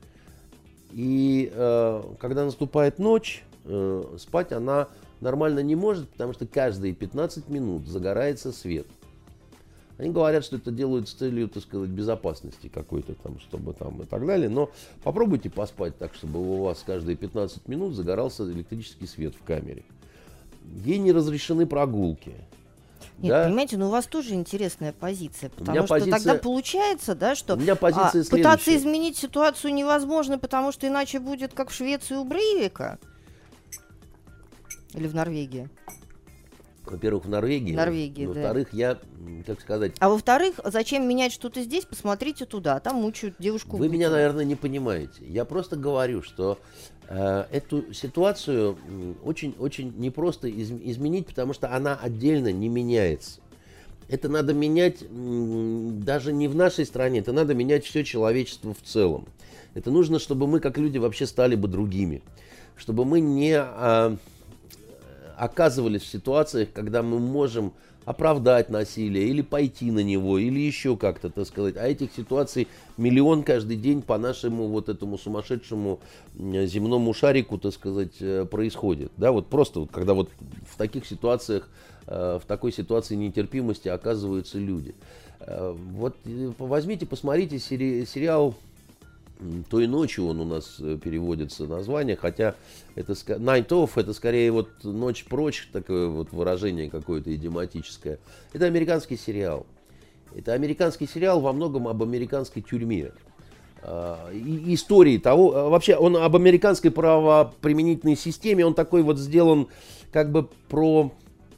C: и когда наступает ночь, спать она нормально не может, потому что каждые 15 минут загорается свет. Они говорят, что это делают с целью, так сказать, безопасности какой-то там, чтобы там и так далее. Но попробуйте поспать так, чтобы у вас каждые 15 минут загорался электрический свет в камере. Ей не разрешены прогулки.
B: Нет, да? Понимаете, но у вас тоже интересная позиция, потому что тогда получается, да, что пытаться изменить ситуацию невозможно, потому что иначе будет как в Швеции у Брейвика или в Норвегии.
C: Во-первых, в Норвегии. Во-вторых,
B: да.
C: Я, как сказать...
B: А во-вторых, зачем менять что-то здесь? Посмотрите туда, там мучают девушку.
C: Вы меня, наверное, не понимаете. Я просто говорю, что эту ситуацию очень непросто изменить, потому что она отдельно не меняется. Это надо менять даже не в нашей стране, это надо менять все человечество в целом. Это нужно, чтобы мы, как люди, вообще стали бы другими. Чтобы мы не... оказывались в ситуациях, когда мы можем оправдать насилие или пойти на него, или еще как-то, так сказать. А этих ситуаций миллион каждый день по нашему вот этому сумасшедшему земному шарику, так сказать, происходит. Да, вот просто вот, когда вот в таких ситуациях, в такой ситуации нетерпимости оказываются люди. Вот возьмите, посмотрите сериал «Той ночью», он у нас переводится название, хотя это «Night Off» это скорее вот «Ночь прочь», такое вот выражение какое-то идиоматическое. Это американский сериал. Это американский сериал во многом об американской тюрьме. Истории того, вообще он об американской правоприменительной системе, он такой вот сделан как бы по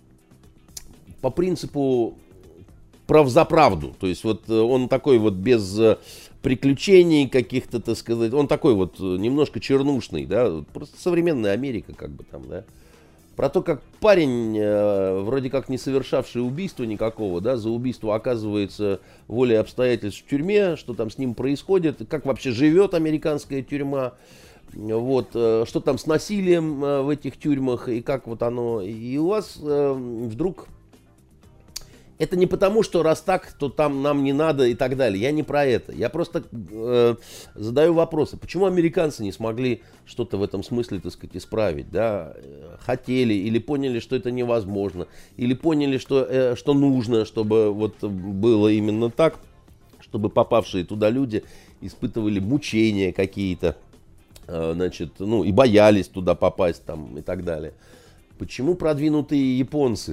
C: принципу прав за правду. То есть вот он такой вот без приключений каких-то, так сказать, он такой вот немножко чернушный, да, просто современная Америка, как бы там, да. про то, как парень, вроде как не совершавший убийства никакого, да, за убийство оказывается волей обстоятельств в тюрьме, что там с ним происходит, как вообще живет американская тюрьма, вот, что там с насилием в этих тюрьмах, и как вот оно, и у вас вдруг... Это не потому, что раз так, то там нам не надо и так далее. Я не про это. Я просто задаю вопросы. Почему американцы не смогли что-то в этом смысле, так сказать, исправить? Да? Хотели или поняли, что это невозможно. Или поняли, что нужно, чтобы вот было именно так. Чтобы попавшие туда люди испытывали мучения какие-то. Значит, ну и боялись туда попасть там, и так далее. Почему продвинутые японцы?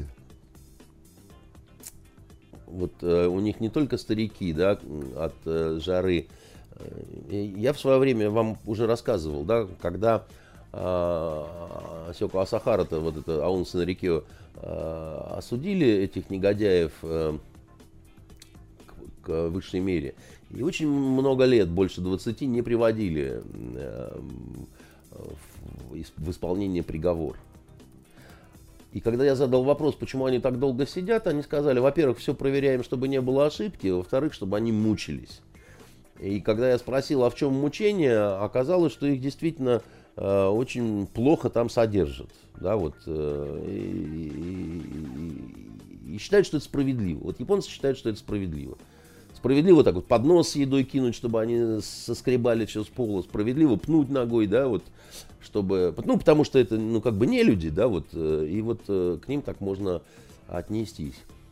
C: Вот у них не только старики, да, от жары. Я в свое время вам уже рассказывал, да, когда Сёко Асахара-то, вот это Аун Синрикё, осудили этих негодяев к высшей мере. И очень много лет, больше 20, не приводили в исполнение приговор. И когда я задал вопрос, почему они так долго сидят, они сказали, во-первых, все проверяем, чтобы не было ошибки, во-вторых, чтобы они мучились. И когда я спросил, а в чем мучение, оказалось, что их действительно очень плохо там содержат. Да, вот, и считают, что это справедливо. Вот японцы считают, что это справедливо. Справедливо так вот поднос с едой кинуть, чтобы они соскребали все с пола. Справедливо пнуть ногой, да, вот, чтобы... Ну, потому что это, ну, как бы не люди, да, вот. И вот к ним так можно отнестись.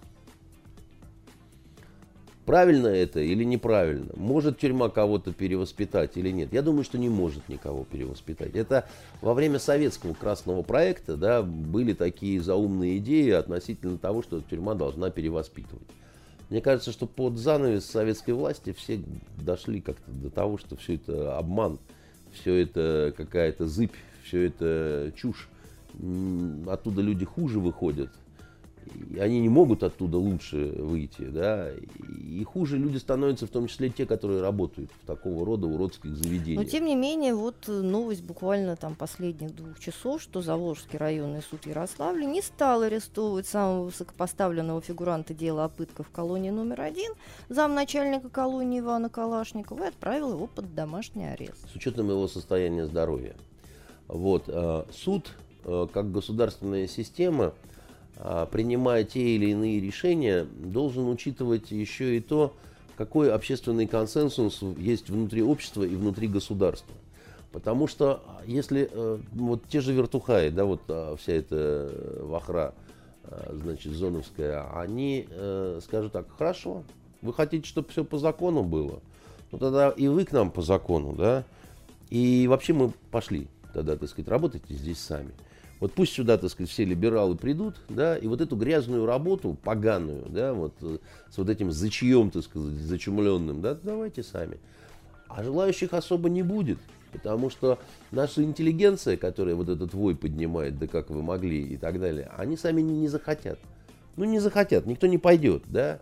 C: Правильно это или неправильно? Может тюрьма кого-то перевоспитать или нет? Я думаю, что не может никого перевоспитать. Это во время советского красного проекта, да, были такие заумные идеи относительно того, что тюрьма должна перевоспитывать. Мне кажется, что под занавес советской власти все дошли как-то до того, что все это обман, все это какая-то зыбь, все это чушь. Оттуда люди хуже выходят, и они не могут оттуда лучше выйти, да, и хуже люди становятся, в том числе те, которые работают в такого рода уродских заведениях.
B: Но тем не менее, вот новость буквально там последних 2 часов, что Заволжский районный суд Ярославля не стал арестовывать самого высокопоставленного фигуранта дела о пытках в колонии номер 1, замначальника колонии Ивана Калашникова, и отправил его под домашний арест.
C: С учетом его состояния здоровья. Вот, суд, как государственная система, принимая те или иные решения, должен учитывать еще и то, какой общественный консенсус есть внутри общества и внутри государства. Потому что если вот те же вертухаи, да, вот вся эта вахра, значит, зоновская, они скажут так: хорошо, вы хотите, чтобы все по закону было, ну тогда и вы к нам по закону, да, и вообще мы пошли тогда, так сказать, работайте здесь сами. Вот пусть сюда, так сказать, все либералы придут, да, и вот эту грязную работу, поганую, да, вот с вот этим зачьем, так сказать, зачумленным, да, давайте сами. А желающих особо не будет, потому что наша интеллигенция, которая вот этот вой поднимает, да как вы могли и так далее, они сами не захотят. Ну, не захотят, никто не пойдет, да.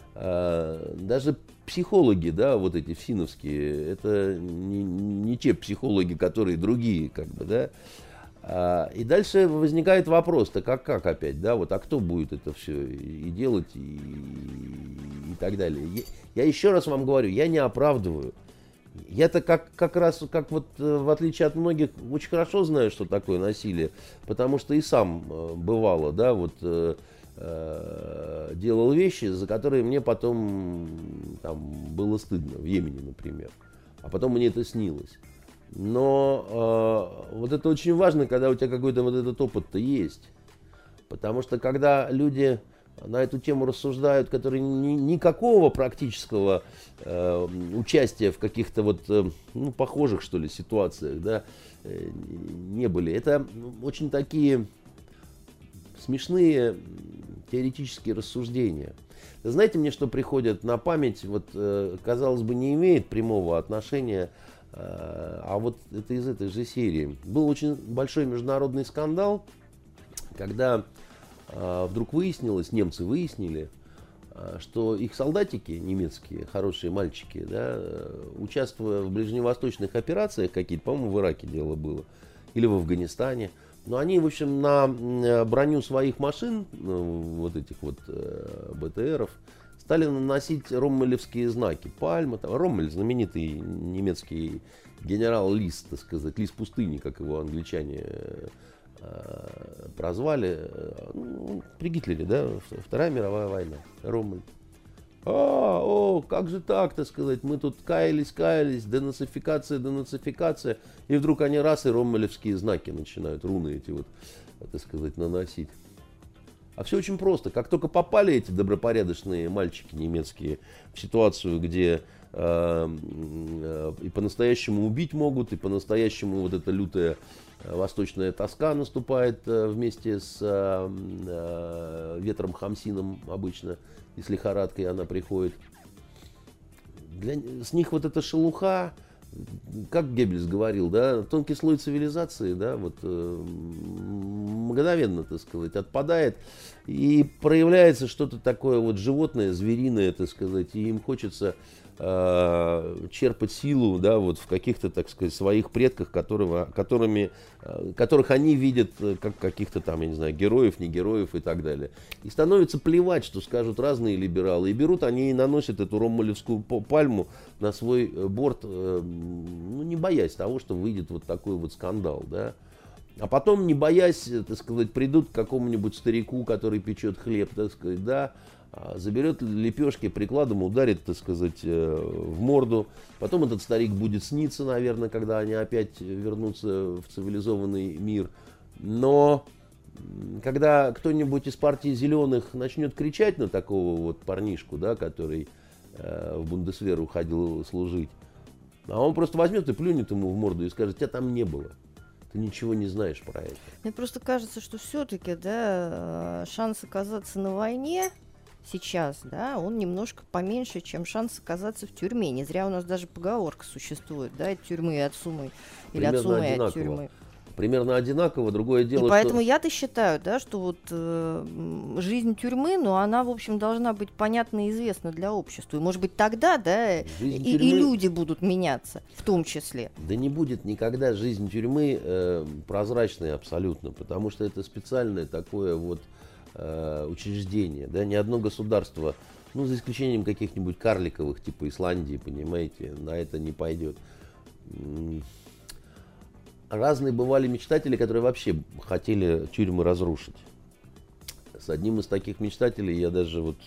C: Даже психологи, да, вот эти всиновские, это не те психологи, которые другие, как бы, да. И дальше возникает вопрос, так как опять, да, вот, а кто будет это все и делать, и так далее. Я еще раз вам говорю, я не оправдываю. Я-то как раз, как вот в отличие от многих, очень хорошо знаю, что такое насилие, потому что и сам бывало, да, вот делал вещи, за которые мне потом там было стыдно, в Йемене, например, а потом мне это снилось. Но вот это очень важно, когда у тебя какой-то вот этот опыт-то есть. Потому что когда люди на эту тему рассуждают, которые никакого практического участия в каких-то вот, ну, похожих, что ли, ситуациях, да, не были. Это очень такие смешные теоретические рассуждения. Знаете, мне что приходит на память, вот, казалось бы, не имеет прямого отношения, а вот это из этой же серии. Был очень большой международный скандал, когда вдруг выяснилось, немцы выяснили, что их солдатики немецкие, хорошие мальчики, да, участвуя в ближневосточных операциях какие-то, по-моему, в Ираке дело было, или в Афганистане, Но они, в общем, на броню своих машин, вот этих вот БТРов, стали наносить роммелевские знаки. Пальма, там, Роммель, знаменитый немецкий генерал Лис, так сказать, Лис пустыни, как его англичане прозвали. Ну, при Гитлере, да, Вторая мировая война, Роммель. Как же так, так сказать, мы тут каялись, денацификация, и вдруг они раз и роммелевские знаки начинают, руны эти вот, так сказать, наносить. А все очень просто. Как только попали эти добропорядочные мальчики немецкие в ситуацию, где и по-настоящему убить могут, и по-настоящему вот эта лютая восточная тоска наступает вместе с ветром Хамсином обычно, и с лихорадкой она приходит. С них вот эта шелуха, как Геббельс говорил, да, тонкий слой цивилизации, да, вот мгновенно, так сказать, отпадает, и проявляется что-то такое вот животное, звериное, так сказать, и им хочется черпать силу, да, вот в каких-то, так сказать, своих предках, которых они видят как каких-то там, я не знаю, героев, не героев и так далее. И становится плевать, что скажут разные либералы. И берут они и наносят эту роммелевскую пальму на свой борт, ну, не боясь того, что выйдет вот такой вот скандал, да. А потом, не боясь, так сказать, придут к какому-нибудь старику, который печет хлеб, так сказать, да, заберет лепешки, прикладом ударит, так сказать, в морду. Потом этот старик будет сниться, наверное, когда они опять вернутся в цивилизованный мир. Но когда кто-нибудь из партии зеленых начнет кричать на такого вот парнишку, да, который в Бундесвер уходил служить, а он просто возьмет и плюнет ему в морду и скажет: тебя там не было. Ты ничего не знаешь про это.
B: Мне просто кажется, что все-таки, да, шанс оказаться на войне сейчас, да, он немножко поменьше, чем шанс оказаться в тюрьме. Не зря у нас даже поговорка существует, да, от тюрьмы и от сумы, или от сумы и от тюрьмы.
C: Примерно одинаково, другое дело,
B: и поэтому я-то считаю, да, что вот жизнь тюрьмы, ну, она, в общем, должна быть понятна и известна для общества. И, может быть, тогда, да, и люди будут меняться, в том числе.
C: Да не будет никогда жизнь тюрьмы прозрачной абсолютно, потому что это специальное такое вот учреждение, да, ни одно государство, ну, за исключением каких-нибудь карликовых, типа Исландии, понимаете, на это не пойдет. Разные бывали мечтатели, которые вообще хотели тюрьмы разрушить. С одним из таких мечтателей я даже вот...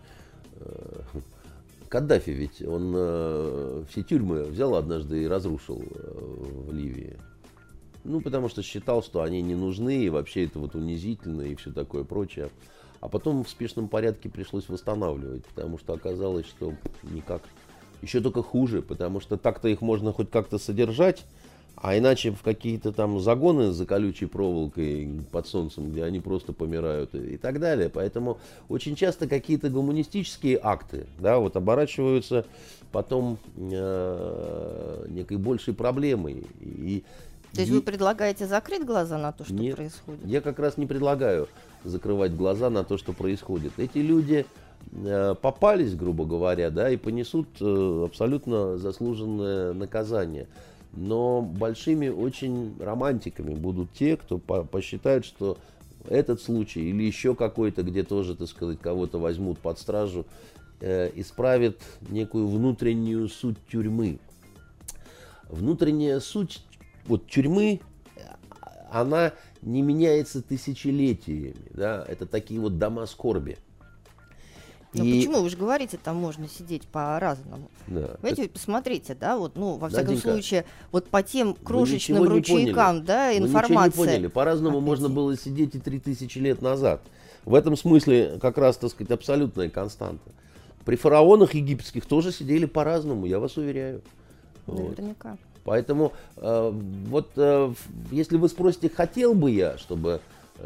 C: Каддафи ведь, он все тюрьмы взял однажды и разрушил в Ливии. Ну, потому что считал, что они не нужны, и вообще это вот унизительно, и все такое прочее. А потом в спешном порядке пришлось восстанавливать, потому что оказалось, что никак. Еще только хуже, потому что так-то их можно хоть как-то содержать, а иначе в какие-то там загоны за колючей проволокой под солнцем, где они просто помирают и так далее. Поэтому очень часто какие-то гуманистические акты, да, вот оборачиваются потом некой большей проблемой.
B: То есть вы предлагаете закрыть глаза на то, что
C: Нет,
B: происходит?
C: Я как раз не предлагаю закрывать глаза на то, что происходит. Эти люди попались, грубо говоря, да, и понесут абсолютно заслуженное наказание. Но большими очень романтиками будут те, кто посчитают, что этот случай или еще какой-то, где тоже, так сказать, кого-то возьмут под стражу, исправит некую внутреннюю суть тюрьмы. Внутренняя суть вот тюрьмы, она не меняется тысячелетиями, да, это такие вот дома скорби.
B: Ну почему? Вы же говорите, там можно сидеть по-разному. Да. Знаете, посмотрите, да, вот, ну, во всяком случае, вот по тем крошечным ручейкам, да, информации.
C: Вы ничего не поняли. По-разному можно было сидеть и 3000 лет назад. В этом смысле как раз, так сказать, абсолютная константа. При фараонах египетских тоже сидели по-разному, я вас уверяю.
B: Наверняка. Вот.
C: Поэтому если вы спросите, хотел бы я, чтобы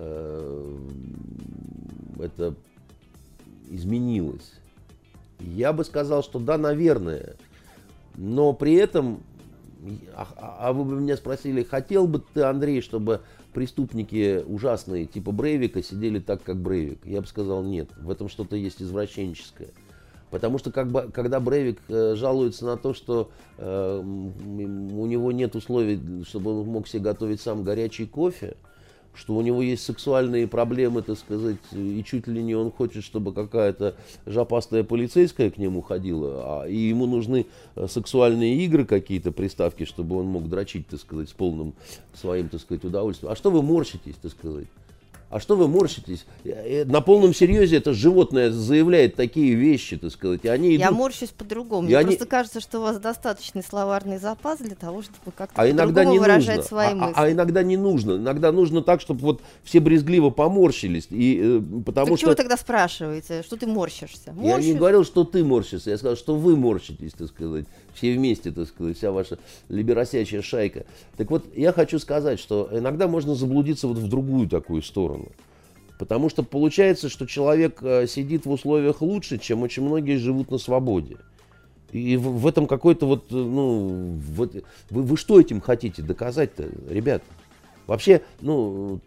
C: это изменилось, я бы сказал, что да, наверное. Но при этом, вы бы меня спросили, хотел бы ты, Андрей, чтобы преступники ужасные, типа Брейвика, сидели так, как Брейвик? Я бы сказал, нет, в этом что-то есть извращенческое. Потому что когда Брейвик жалуется на то, что у него нет условий, чтобы он мог себе готовить сам горячий кофе, что у него есть сексуальные проблемы, так сказать, и чуть ли не он хочет, чтобы какая-то жопастая полицейская к нему ходила, и ему нужны сексуальные игры какие-то, приставки, чтобы он мог дрочить, так сказать, с полным своим, так сказать, удовольствием. А что вы морщитесь, так сказать? А что вы морщитесь? На полном серьезе это животное заявляет такие вещи, так сказать. И они идут...
B: Я морщусь по-другому. Мне просто кажется, что у вас достаточный словарный запас для того, чтобы как-то по-другому выражать свои мысли.
C: А иногда не нужно. Иногда нужно так, чтобы вот все брезгливо поморщились. Потому
B: так
C: что...
B: чего вы тогда спрашиваете? Что ты морщишься?
C: Я не говорил, что ты морщишься. Я сказал, что вы морщитесь, так сказать. Все вместе, так сказать, вся ваша либеросячая шайка. Так вот, я хочу сказать, что иногда можно заблудиться вот в другую такую сторону. Потому что получается, что человек сидит в условиях лучше, чем очень многие живут на свободе. И в этом какой-то вот, ну, вот, вы что этим хотите доказать-то, ребята? Вообще, ну,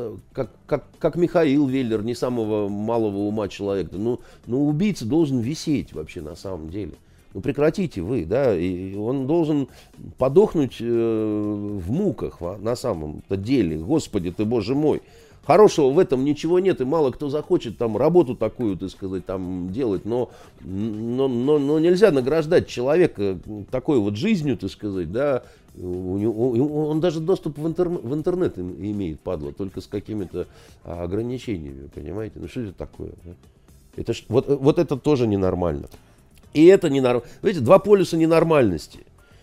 C: как Михаил Веллер, не самого малого ума человека, ну, убийца должен висеть вообще на самом деле. Ну прекратите вы, да, и он должен подохнуть в муках на самом-то деле. Господи ты, Боже мой. Хорошего в этом ничего нет, и мало кто захочет там работу такую, так сказать, там делать, но нельзя награждать человека такой вот жизнью, так сказать, да, он даже доступ в интернет имеет, падла, только с какими-то ограничениями, понимаете, ну что это такое? Это вот это тоже ненормально. И это ненормально. Видите, два полюса ненормальности.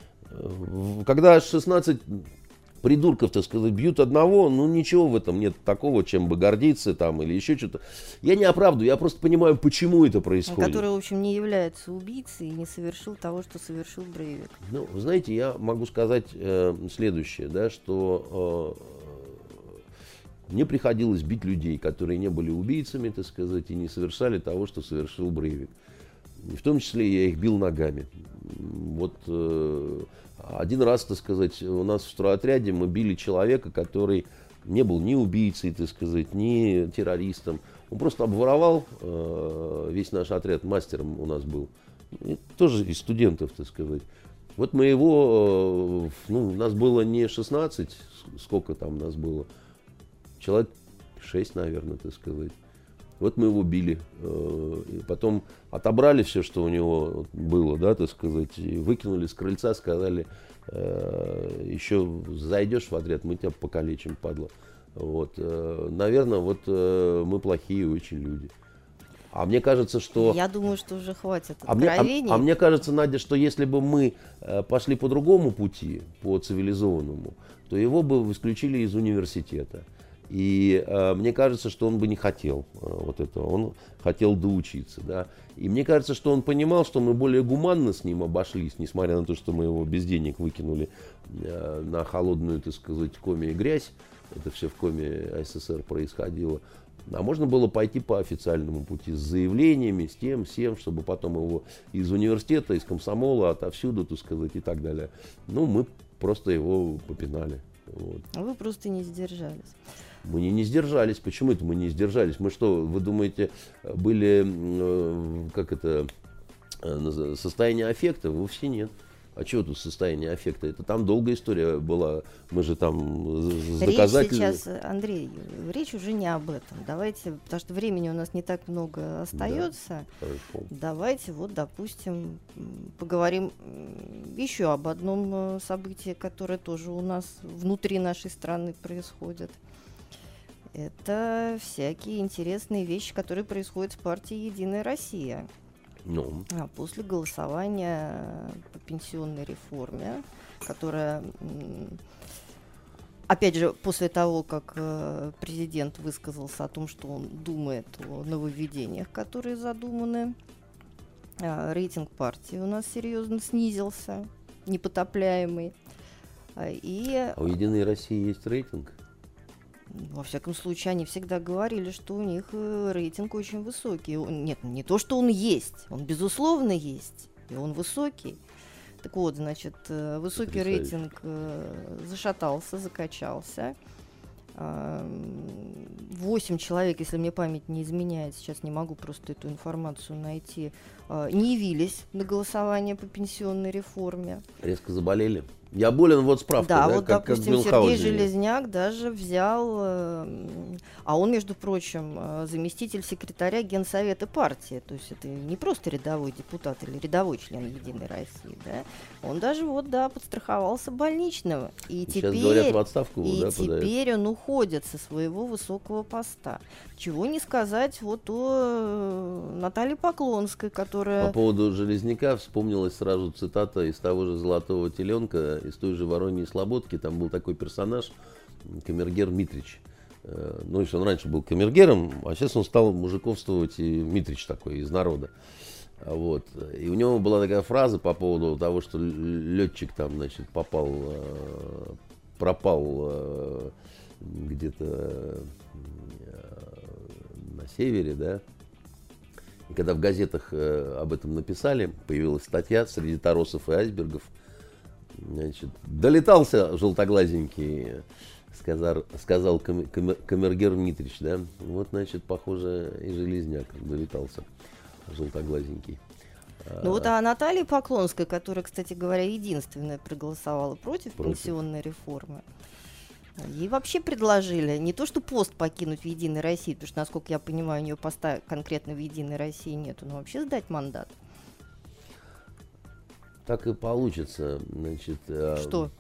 C: Когда 16 придурков, так сказать, бьют одного, ну ничего в этом нет такого, чем бы гордиться там или еще что-то. Я не оправдываю, я просто понимаю, почему это происходит.
B: Который, в общем, не является убийцей и не совершил того, что совершил Брейвик.
C: Ну, вы знаете, я могу сказать следующее, да, что мне приходилось бить людей, которые не были убийцами, так сказать, и не совершали того, что совершил Брейвик. В том числе я их бил ногами. Вот один раз, так сказать, у нас в стройотряде мы били человека, который не был ни убийцей, так сказать, ни террористом. Он просто обворовал весь наш отряд, мастером у нас был. И тоже из студентов, так сказать. Вот мы его, ну, нас было не 16, сколько там нас было, человек 6, наверное, так сказать. Вот мы его били, и потом отобрали все, что у него было, да, так сказать, и выкинули с крыльца, сказали, еще зайдешь в отряд, мы тебя покалечим, падла. Вот, наверное, вот мы плохие очень люди. А мне кажется, что...
B: Я думаю, что уже хватит откровений.
C: А мне кажется, Надя, что если бы мы пошли по другому пути, по цивилизованному, то его бы исключили из университета. И мне кажется, что он бы не хотел вот этого, он хотел доучиться, да. И мне кажется, что он понимал, что мы более гуманно с ним обошлись, несмотря на то, что мы его без денег выкинули на холодную, так сказать, коме и грязь. Это все в коме СССР происходило. А можно было пойти по официальному пути с заявлениями, с тем, всем, чтобы потом его из университета, из комсомола, отовсюду, так сказать, и так далее. Ну, мы просто его попинали. Вот.
B: А вы просто не сдержались.
C: Мы не сдержались. Почему это мы не сдержались? Мы что, вы думаете, были, как это, состояние аффекта? Вовсе нет. А чего тут состояние аффекта? Это там долгая история была. Мы же там с доказателями.
B: Речь сейчас, Андрей, речь уже не об этом. Давайте, потому что времени у нас не так много остается.
C: Да,
B: давайте, вот, допустим, поговорим еще об одном событии, которое тоже у нас внутри нашей страны происходит. Это всякие интересные вещи, которые происходят в партии «Единая Россия».
C: Ну.
B: После голосования по пенсионной реформе, которая, опять же, после того, как президент высказался о том, что он думает о нововведениях, которые задуманы, рейтинг партии у нас серьезно снизился, непотопляемый.
C: А у «Единой России» есть рейтинг?
B: Во всяком случае, они всегда говорили, что у них рейтинг очень высокий. Нет, не то, что он есть, он безусловно есть, и он высокий. Так вот, значит, высокий рейтинг зашатался, закачался. 8 человек, если мне память не изменяет, сейчас не могу просто эту информацию найти, не явились на голосование по пенсионной реформе.
C: Резко заболели? Я болен, вот справка,
B: Да,
C: да,
B: вот,
C: как
B: допустим,
C: в
B: Сергей
C: Мюнхгаузене.
B: Железняк даже взял, а он, между прочим, заместитель секретаря Генсовета партии, то есть это не просто рядовой депутат или рядовой член Единой России, да, он даже вот, да, подстраховался больничного, и
C: Сейчас говорят, в
B: теперь,
C: отставку его, да, подают.
B: теперь он уходит со своего высокого поста. Чего не сказать вот о Наталье Поклонской, которая...
C: По поводу Железняка вспомнилась сразу цитата из того же «Золотого теленка», из той же «Вороньей слободки». Там был такой персонаж, камергер Митрич. Ну, если он раньше был камергером, а сейчас он стал мужиковствовать, и Митрич такой из народа. Вот. И у него была такая фраза по поводу того, что летчик там, значит, пропал где-то на севере, да. И когда в газетах об этом написали, появилась статья среди торосов и айсбергов. Значит, долетался желтоглазенький, сказал камергер Митрич, да. Вот, значит, похоже, и Железняк долетался, желтоглазенький.
B: Ну вот, а Наталья Поклонская, которая, кстати говоря, единственная проголосовала против пенсионной реформы, ей вообще предложили не то, что пост покинуть в Единой России, потому что, насколько я понимаю, у нее поста конкретно в Единой России нету, но вообще сдать мандат.
C: Так и получится, значит.
B: Что?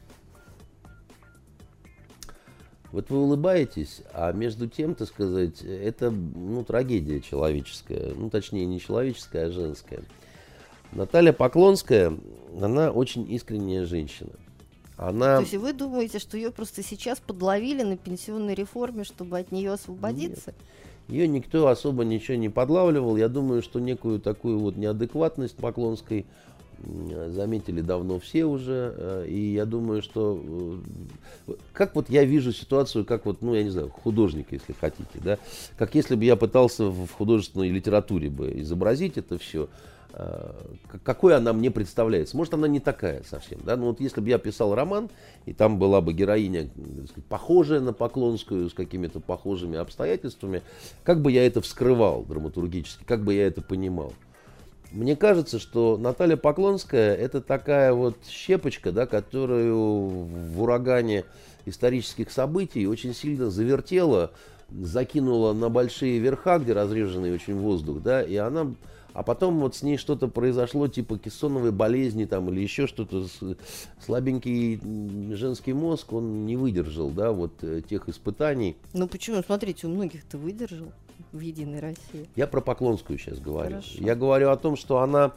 C: Вот вы улыбаетесь, а между тем, так сказать, это, ну, трагедия человеческая, ну, точнее, не человеческая, а женская. Наталья Поклонская, она очень искренняя женщина. Она...
B: То есть вы думаете, что ее просто сейчас подловили на пенсионной реформе, чтобы от нее освободиться?
C: Нет. Ее никто особо ничего не подлавливал. Я думаю, что некую такую вот неадекватность Поклонской заметили давно все уже. И я думаю, что... Как вот я вижу ситуацию, как вот, ну, я не знаю, художника, если хотите, да? Как если бы я пытался в художественной литературе бы изобразить это все. Какой она мне представляется. Может, она не такая совсем. Да? Но вот если бы я писал роман, и там была бы героиня, так сказать, похожая на Поклонскую, с какими-то похожими обстоятельствами, как бы я это вскрывал драматургически, как бы я это понимал. Мне кажется, что Наталья Поклонская — это такая вот щепочка, да, которую в урагане исторических событий очень сильно завертела, закинула на большие верха, где разреженный очень воздух, да, и она... А потом вот с ней что-то произошло, типа кессоновой болезни там, или еще что-то. Слабенький женский мозг, он не выдержал, да, вот тех испытаний.
B: Ну почему? Смотрите, у многих-то выдержал в Единой России.
C: Я про Поклонскую сейчас говорю.
B: Хорошо.
C: Я говорю о том, что она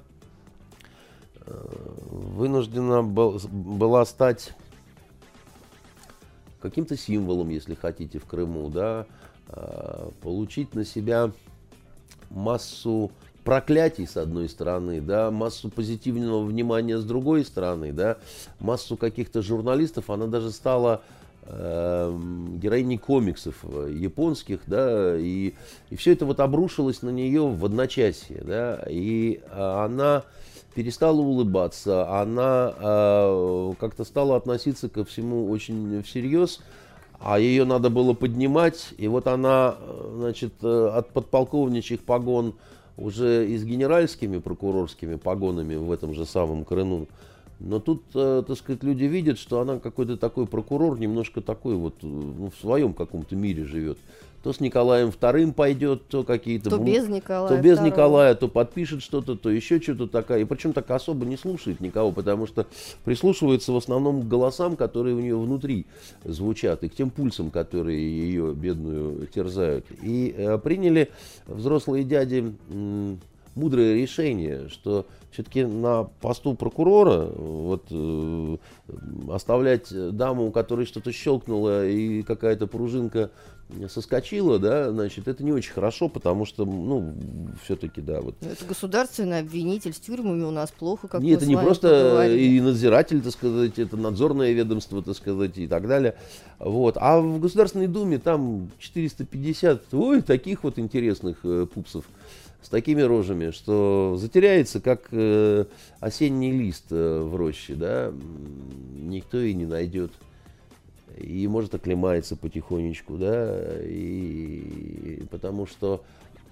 C: вынуждена была стать каким-то символом, если хотите, в Крыму, да, получить на себя массу проклятий с одной стороны, да, массу позитивного внимания с другой стороны, да, массу каких-то журналистов. Она даже стала героиней комиксов японских, да, и все это вот обрушилось на нее в одночасье, да, и она перестала улыбаться, она как-то стала относиться ко всему очень всерьез, а ее надо было поднимать, и вот она, значит, от подполковничьих погон уже и с генеральскими прокурорскими погонами в этом же самом Крыму. Но тут, так сказать, люди видят, что она какой-то такой прокурор, немножко такой вот, ну, в своем каком-то мире живет. То с Николаем II пойдет, то какие-то...
B: То без Николая
C: То без
B: II.
C: Николая, то подпишет что-то, то еще что-то такое. И причем так особо не слушает никого, потому что прислушивается в основном к голосам, которые у нее внутри звучат, и к тем пульсам, которые ее бедную терзают. И приняли взрослые дяди мудрое решение, что все-таки на посту прокурора вот, оставлять даму, у которой что-то щелкнуло и какая-то пружинка соскочила, да, значит, это не очень хорошо, потому что, ну, все-таки, да, вот.
B: Это государственный обвинитель, с тюрьмами у нас плохо, как
C: Нет,
B: мы
C: это
B: с
C: не
B: вами
C: просто
B: поговорили.
C: и надзиратель, так сказать, это надзорное ведомство, так сказать, и так далее. Вот. А в Государственной Думе там 450, ой, таких вот интересных пупсов с такими рожами, что затеряется, как осенний лист в роще, да, никто и не найдет. И, может, оклемается потихонечку, да, и потому что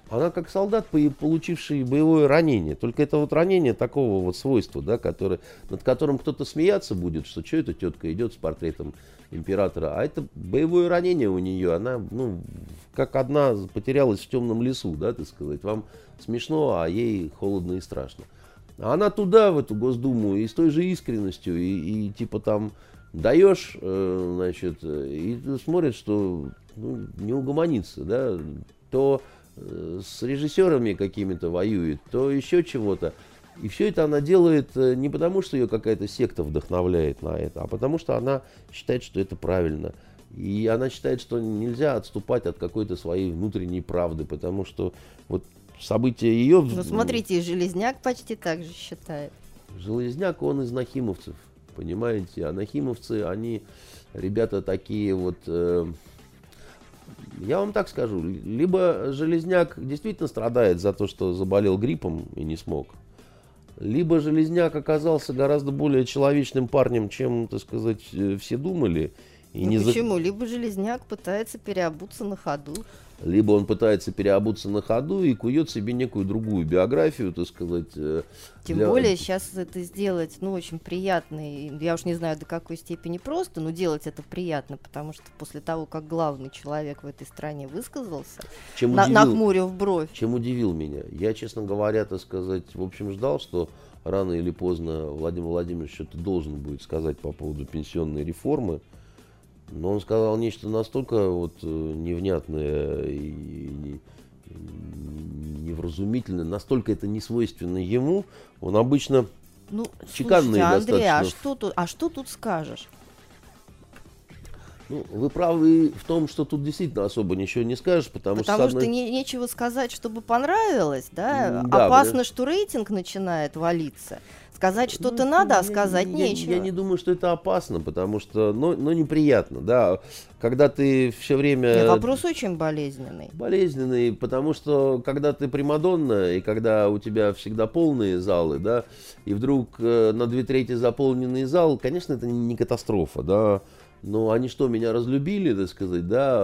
C: Она как солдат, получивший боевое ранение. Только это вот ранение такого вот свойства, да, над которым кто-то смеяться будет, что эта тетка идет с портретом императора. А это боевое ранение у нее. Она, ну, как одна потерялась в темном лесу, да, так сказать. Вам смешно, а ей холодно и страшно. А она туда, в эту Госдуму, и с той же искренностью, и типа там даешь, значит, и смотрит, что ну, не угомонится, да, то с режиссерами какими-то воюет, то еще чего-то. И все это она делает не потому, что ее какая-то секта вдохновляет на это, а потому что она считает, что это правильно. И она считает, что нельзя отступать от какой-то своей внутренней правды, потому что вот события ее...
B: Ну, смотрите, и Железняк почти так же считает.
C: Железняк, он из нахимовцев, понимаете? А нахимовцы, они ребята такие вот... Я вам так скажу, либо Железняк действительно страдает за то, что заболел гриппом и не смог, либо Железняк оказался гораздо более человечным парнем, чем, так сказать, все думали. И
B: ну, почему? Либо Железняк пытается переобуться на ходу.
C: Либо он пытается переобуться на ходу и кует себе некую другую биографию, так сказать.
B: Тем более сейчас это сделать, ну, очень приятно. И я уж не знаю, до какой степени просто, но делать это приятно, потому что после того, как главный человек в этой стране высказался, нахмурив бровь.
C: Чем удивил меня? Я, честно говоря, так сказать, в общем, ждал, что рано или поздно Владимир Владимирович что-то должен будет сказать по поводу пенсионной реформы. Но он сказал нечто настолько вот невнятное и невразумительное, настолько это не свойственно ему. Он обычно чеканный достаточно.
B: Андрей, а что тут скажешь?
C: Ну, вы правы в том, что тут действительно особо ничего не скажешь, потому что
B: нечего сказать, чтобы понравилось, да? Да, опасно, что рейтинг начинает валиться. Сказать что-то надо, а сказать нечего.
C: Я не думаю, что это опасно, потому что, неприятно, да. Когда ты все время...
B: Нет, вопрос очень болезненный.
C: Болезненный, потому что, когда ты примадонна, и когда у тебя всегда полные залы, да, и вдруг на 2/3 заполненный зал, конечно, это не катастрофа, да. Но они что, меня разлюбили, так сказать, да,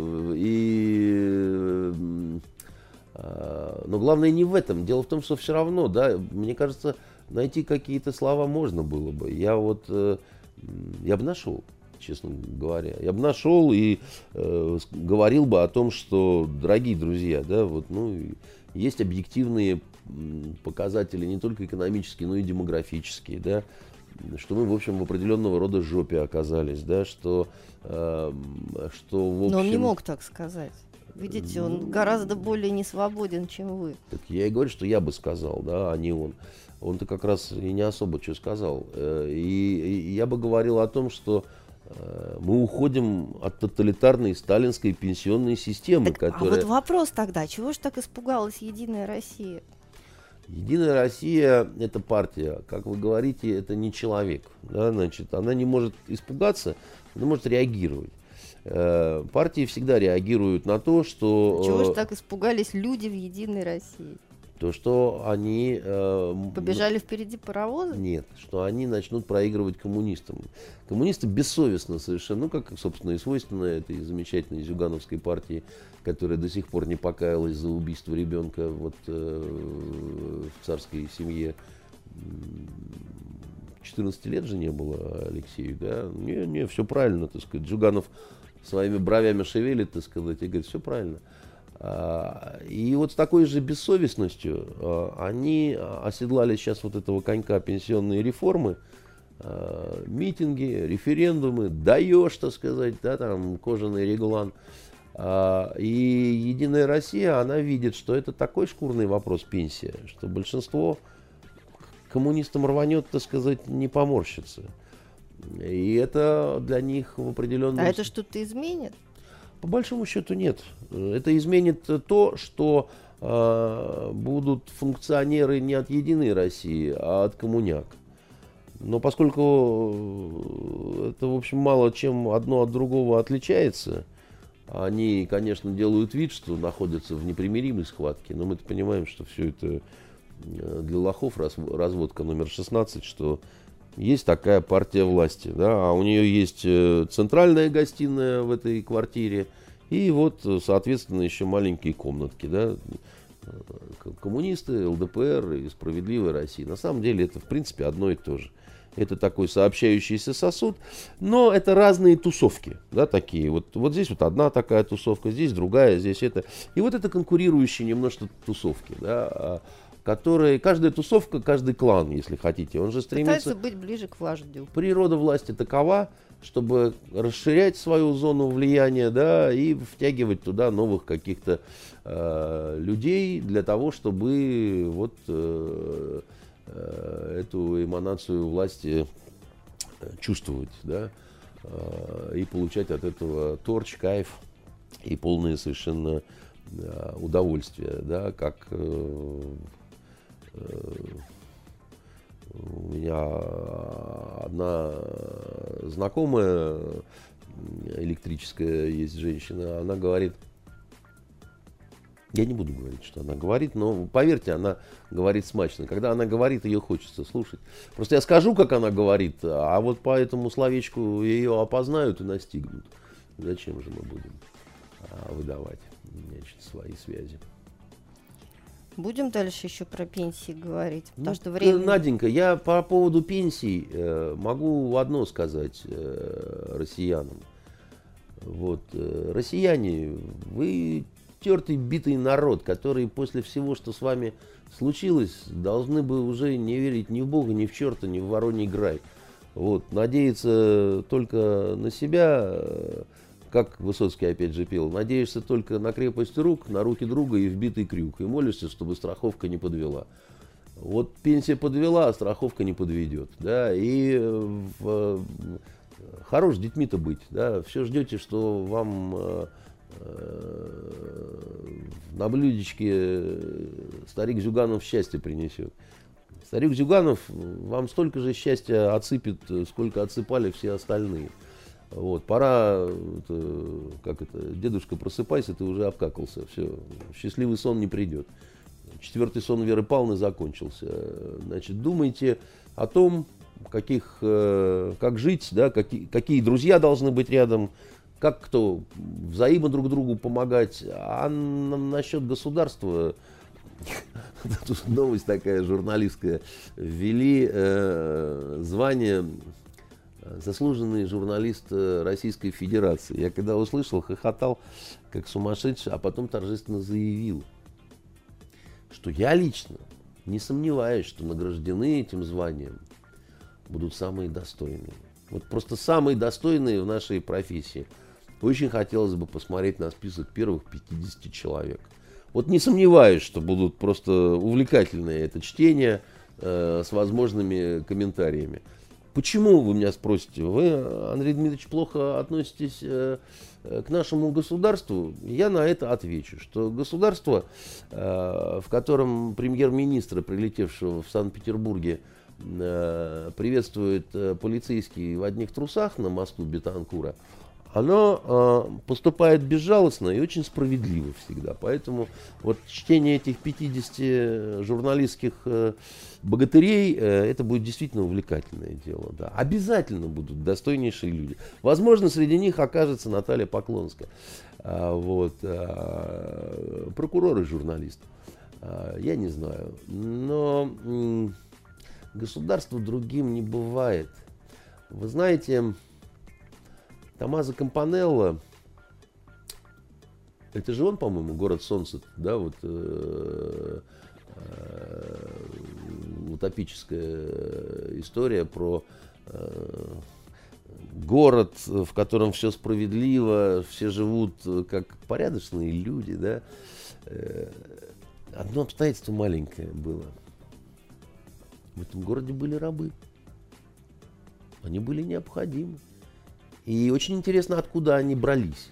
C: но главное не в этом. Дело в том, что все равно, да, мне кажется, найти какие-то слова можно было бы. Я бы нашел, честно говоря. Я бы нашел и говорил бы о том, что, дорогие друзья, да, вот, есть объективные показатели не только экономические, но и демографические, да, что мы, в общем, в определенного рода жопе оказались, да, что в общем...
B: Но он не мог так сказать. Видите, он гораздо более несвободен, чем вы.
C: Так я и говорю, что я бы сказал, да, а не он. Он-то как раз и не особо что сказал. И я бы говорил о том, что мы уходим от тоталитарной сталинской пенсионной системы, которая...
B: А вот вопрос тогда, чего же так испугалась Единая Россия?
C: Единая Россия – это партия, как вы говорите, это не человек. Да, значит, она не может испугаться, она может реагировать. Партии всегда реагируют на то, что...
B: Чего же так испугались люди в Единой России?
C: То, что они...
B: Побежали впереди паровоза?
C: Нет, что они начнут проигрывать коммунистам. Коммунисты бессовестно совершенно, как, собственно, и свойственно этой замечательной зюгановской партии, которая до сих пор не покаялась за убийство ребенка вот, в царской семье. 14 лет же не было Алексею, да? Не, все правильно, так сказать. Зюганов своими бровями шевелит, так сказать, и говорит, все правильно. И вот с такой же бессовестностью они оседлали сейчас вот этого конька пенсионной реформы, митинги, референдумы, даешь, так сказать, да, там кожаный реглан. И Единая Россия, она видит, что это такой шкурный вопрос пенсия, что большинство коммунистам рванет, так сказать, не поморщится. И это для них в определенном...
B: А это что-то изменит?
C: По большому счету нет. Это изменит то, что будут функционеры не от Единой России, а от коммуняк. Но поскольку это, в общем, мало чем одно от другого отличается, они, конечно, делают вид, что находятся в непримиримой схватке, но мы-то понимаем, что все это для лохов разводка номер 16, что есть такая партия власти, да, а у нее есть центральная гостиная в этой квартире И вот, соответственно, еще маленькие комнатки, да, коммунисты, ЛДПР и «Справедливая Россия». На самом деле это, в принципе, одно и то же. Это такой сообщающийся сосуд, но это разные тусовки, да, такие. Вот здесь вот одна такая тусовка, здесь другая, здесь это. И вот это конкурирующие немножко тусовки, да, которые, каждая тусовка, каждый клан, если хотите, он же стремится...
B: Пытается быть ближе к вождю.
C: Природа власти такова, чтобы расширять свою зону влияния, да, и втягивать туда новых каких-то людей для того, чтобы вот эту эманацию власти чувствовать, да, и получать от этого торч, кайф и полное совершенно удовольствие, да, как у меня одна знакомая электрическая есть женщина, она говорит, я не буду говорить, что она говорит, но поверьте, она говорит смачно. Когда она говорит, ее хочется слушать. Просто я скажу, как она говорит, а вот по этому словечку ее опознают и настигнут. Зачем же мы будем выдавать, значит, свои связи?
B: Будем дальше еще про пенсии говорить, потому что время...
C: Наденька, я по поводу пенсий могу одно сказать россиянам. Вот, россияне, вы тертый, битый народ, который после всего, что с вами случилось, должны бы уже не верить ни в Бога, ни в черта, ни в Вороний Грай. Вот, надеяться только на себя, как Высоцкий опять же пел, надеешься только на крепость рук, на руки друга и в битый крюк, и молишься, чтобы страховка не подвела. Вот пенсия подвела, а страховка не подведет. Да? И хорош с детьми-то быть. Да? Все ждете, что вам на блюдечке старик Зюганов счастье принесет. Старик Зюганов вам столько же счастья отсыпет, сколько отсыпали все остальные. Вот, пора, дедушка, просыпайся, ты уже обкакался, все, счастливый сон не придет. 4-й сон Веры Павловны закончился. Значит, думайте о том, как жить, да, какие друзья должны быть рядом, как кто взаимно друг другу помогать. А насчет государства, тут новость такая журналистская, ввели звание заслуженный журналист Российской Федерации. Я когда услышал, хохотал как сумасшедший, а потом торжественно заявил, что я лично не сомневаюсь, что награждены этим званием будут самые достойные. Вот просто самые достойные в нашей профессии. Очень хотелось бы посмотреть на список первых 50 человек. Вот не сомневаюсь, что будут просто увлекательные это чтение с возможными комментариями. Почему, вы меня спросите? Вы, Андрей Дмитриевич, плохо относитесь к нашему государству? Я на это отвечу, что государство, в котором премьер-министра, прилетевшего в Санкт-Петербурге, приветствует полицейский в одних трусах на мосту Бетанкура, оно поступает безжалостно и очень справедливо всегда. Поэтому вот чтение этих 50 журналистских богатырей, это будет действительно увлекательное дело. Да. Обязательно будут достойнейшие люди. Возможно, среди них окажется Наталья Поклонская. Прокурор и журналист. Я не знаю. Но государство другим не бывает. Вы знаете... Томмазо Кампанелло, это же он, по-моему, «Город солнца», да, вот утопическая история про город, в котором все справедливо, все живут как порядочные люди, да. Одно обстоятельство маленькое было. В этом городе были рабы. Они были необходимы. И очень интересно, откуда они брались.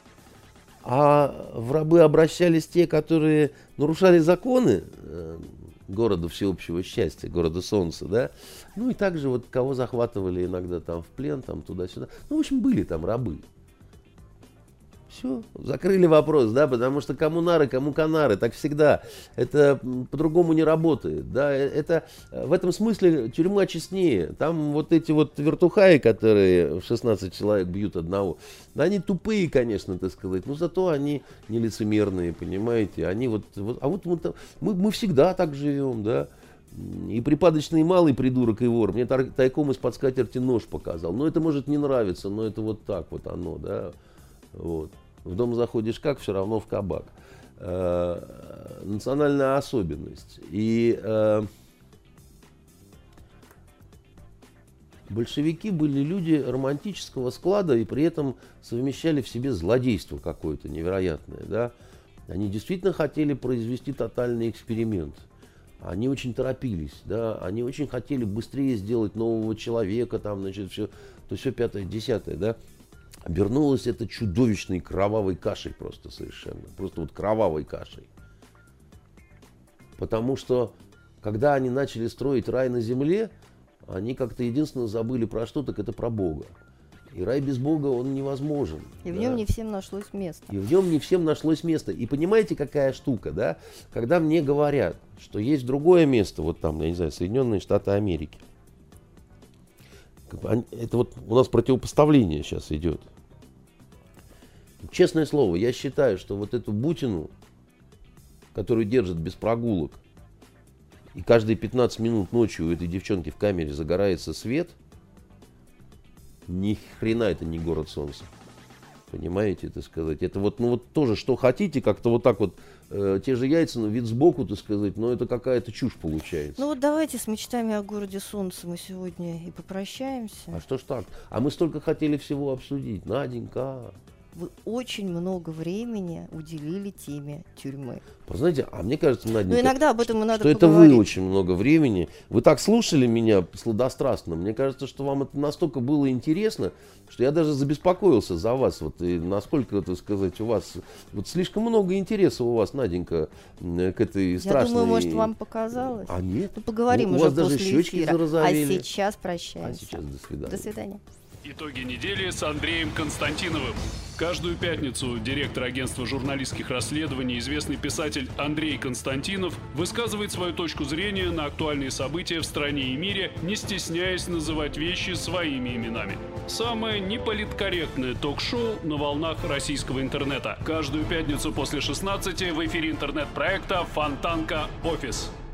C: А в рабы обращались те, которые нарушали законы города всеобщего счастья, города солнца, да. Ну и также вот кого захватывали иногда там в плен, там туда-сюда. Ну, в общем, были там рабы. Все, закрыли вопрос, да, потому что кому нары, кому канары, так всегда. Это по-другому не работает, да, это в этом смысле тюрьма честнее. Там вот эти вот вертухаи, которые в 16 человек бьют одного, да, они тупые, конечно, так сказать, но зато они не лицемерные, понимаете, они а вот мы всегда так живем, да. И припадочный малый придурок и вор мне тайком из-под скатерти нож показал. Ну, это может не нравиться, но это вот так вот оно, да. Вот. В дом заходишь как, все равно в кабак. Национальная особенность. И большевики были люди романтического склада и при этом совмещали в себе злодейство какое-то невероятное. Да? Они действительно хотели произвести тотальный эксперимент. Они очень торопились, да? Они очень хотели быстрее сделать нового человека, там, значит, все, то все пятое, десятое, да? Обернулось это чудовищной кровавой кашей просто совершенно. Просто вот кровавой кашей. Потому что, когда они начали строить рай на земле, они как-то единственное забыли про что, так это про Бога. И рай без Бога, он невозможен.
B: И в нем не всем нашлось место.
C: И в нем не всем нашлось место. И понимаете, какая штука, да? Когда мне говорят, что есть другое место, вот там, я не знаю, Соединенные Штаты Америки. Это вот у нас противопоставление сейчас идет. Честное слово, я считаю, что вот эту бутину, которую держат без прогулок, и каждые 15 минут ночью у этой девчонки в камере загорается свет, ни хрена это не город солнца. Понимаете, так сказать. Это вот, ну вот тоже, что хотите, как-то вот так вот, те же яйца, но вид сбоку, так сказать, но это какая-то чушь получается.
B: Ну вот давайте с мечтами о городе солнца мы сегодня и попрощаемся.
C: А что ж так? А мы столько хотели всего обсудить. Наденька.
B: Вы очень много времени уделили теме тюрьмы.
C: Знаете, а мне кажется, Наденька,
B: но иногда об этом и надо
C: что
B: поговорить.
C: это вы очень много времени. Вы так слушали меня сладострастно. Мне кажется, что вам это настолько было интересно, что я даже забеспокоился за вас. Вот, и насколько, так сказать, у вас вот слишком много интереса у вас, Наденька, к этой страшной...
B: Я думаю, может, вам показалось.
C: А нет.
B: Ну, поговорим
C: у
B: уже
C: вас даже
B: после
C: щечки
B: эфира.
C: зарозовели.
B: А сейчас прощаемся.
C: А сейчас до свидания.
B: До свидания.
A: Итоги недели с Андреем Константиновым. Каждую пятницу директор агентства журналистских расследований, известный писатель Андрей Константинов, высказывает свою точку зрения на актуальные события в стране и мире, не стесняясь называть вещи своими именами. Самое неполиткорректное ток-шоу на волнах российского интернета. Каждую пятницу после 16 в эфире интернет-проекта «Фонтанка. Офис».